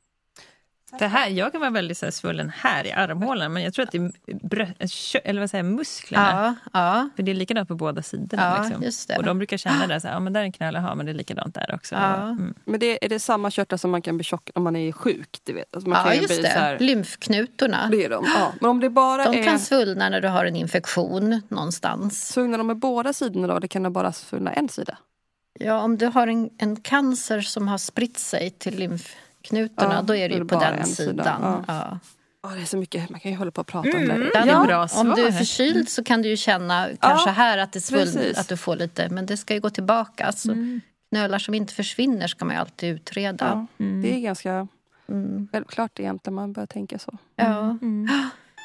Det här, jag kan vara väldigt så här svullen här i armhålan, men jag tror att det är brö- eller vad säger, musklerna. Ja, ja. För det är likadant på båda sidorna. Ja, liksom. just det. Och de brukar känna det så här, ja men där är en knöl, ja men det är likadant där också. Ja. Mm. Men det, är det samma körtlar som man kan bli tjock om man är sjuk? Du vet? Alltså man ja, kan just bli det. Så här... Lymfknutorna. Det är de, ja. Men om det bara de är... kan svullna när du har en infektion någonstans. Svullnar de med båda sidorna då? Det kan de bara svullna en sida? Ja, om du har en, en cancer som har spritt sig till lymf knutorna, ja, då är det ju på den sidan. Ja. Ja. Oh, det är så mycket, man kan ju hålla på och prata mm. om det. Ja, ja. Bra svar. Om du är förkyld så kan du ju känna ja, kanske här att det svull, att du får lite, men det ska ju gå tillbaka. Så mm. knölar som inte försvinner ska man ju alltid utreda. Ja, mm. Det är ganska mm. självklart egentligen man börjar tänka så. Ja. Mm.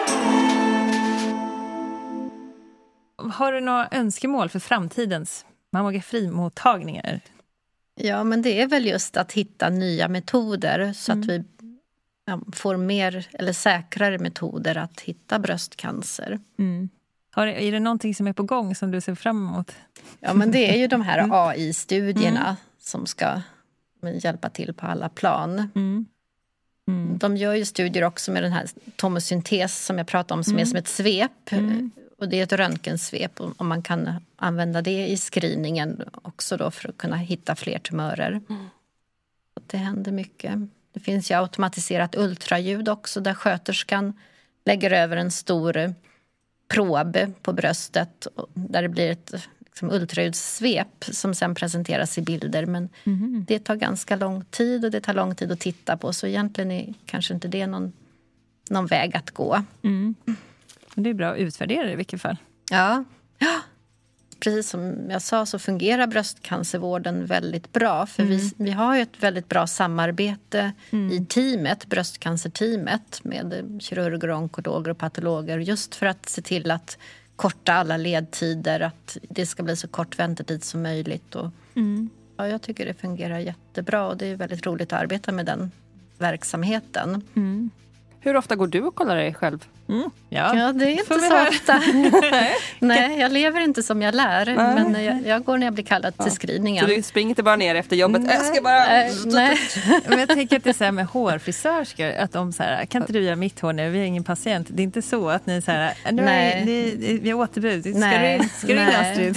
Har du några önskemål för framtidens mammografimottagningar? Ja, men det är väl just att hitta nya metoder så mm. att vi ja, får mer eller säkrare metoder att hitta bröstcancer. Mm. Har det, är det någonting som är på gång som du ser fram emot? Ja, men det är ju de här A I-studierna mm. som ska hjälpa till på alla plan. Mm. Mm. De gör ju studier också med den här tomosyntes som jag pratade om som mm. är som ett svep. Mm. Och det är ett röntgensvep och man kan använda det i screeningen också då för att kunna hitta fler tumörer. Mm. Det händer mycket. Det finns ju automatiserat ultraljud också där sköterskan lägger över en stor prob på bröstet där det blir ett liksom, ultraljudssvep som sen presenteras i bilder. Men mm. det tar ganska lång tid och det tar lång tid att titta på. Så egentligen är kanske inte det någon, någon väg att gå. Mm. Det är bra att utvärdera i vilket fall. Ja. ja, precis som jag sa så fungerar bröstcancervården väldigt bra. För mm. vi, vi har ju ett väldigt bra samarbete mm. i teamet, bröstcancerteamet med kirurger, onkologer och patologer. Just för att se till att korta alla ledtider, att det ska bli så kort väntetid som möjligt. Och, mm. ja, jag tycker det fungerar jättebra och det är väldigt roligt att arbeta med den verksamheten. Mm. Hur ofta går du och kollar dig själv? Mm. Ja. ja, det är inte så höra. ofta. Nej, jag lever inte som jag lär. Nej. Men jag, jag går när jag blir kallad ja. till screeningen. Så du springer inte bara ner efter jobbet? Nej. Jag ska bara... Nej. Men jag tänker att det är så här med hårfrisörskor. Att de så här, kan inte du göra mitt hår nu? Vi har ingen patient. Det är inte så att ni så här, nu Nej. Ni, vi har återbud. Ska Nej. du, ska du in, Astrid?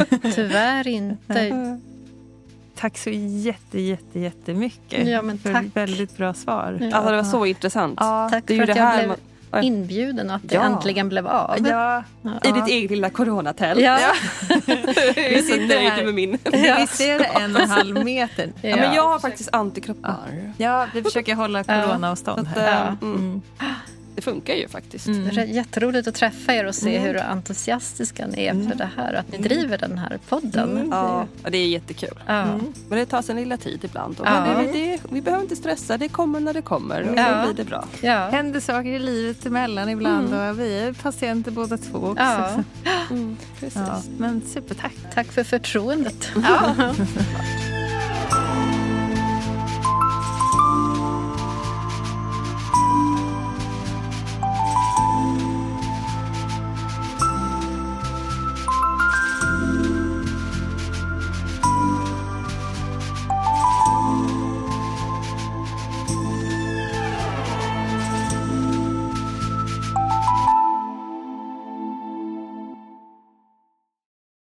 Tyvärr inte. Tack så jätte, jätte, jättemycket ja, men för tack. väldigt bra svar. Ja. Alltså, det var så intressant. Ja, tack det för att jag blev man... inbjuden och att det ja. äntligen blev av. Ja. Ja. I ditt eget lilla coronatält. Ja. Ja. Vi är så nöjda med min. Visst är det en och en halv meter? Ja. Ja, men jag har faktiskt antikroppar. Ja, vi försöker hålla corona-avstånd här. Ja. Mm. Det funkar ju faktiskt. Mm. Det är jätteroligt att träffa er och se mm. hur entusiastiska ni är för det här. Att ni driver den här podden. Mm. Ja, det är jättekul. Ja. Mm. Men det tar sig en lilla tid ibland. Och ja. det, det, vi behöver inte stressa. Det kommer när det kommer. Och ja. då blir det bra. Ja. Händer saker i livet emellan ibland. Mm. Och vi är patienter båda två också. Ja. Mm, precis. Ja. Men supertack. Tack för förtroendet. Ja.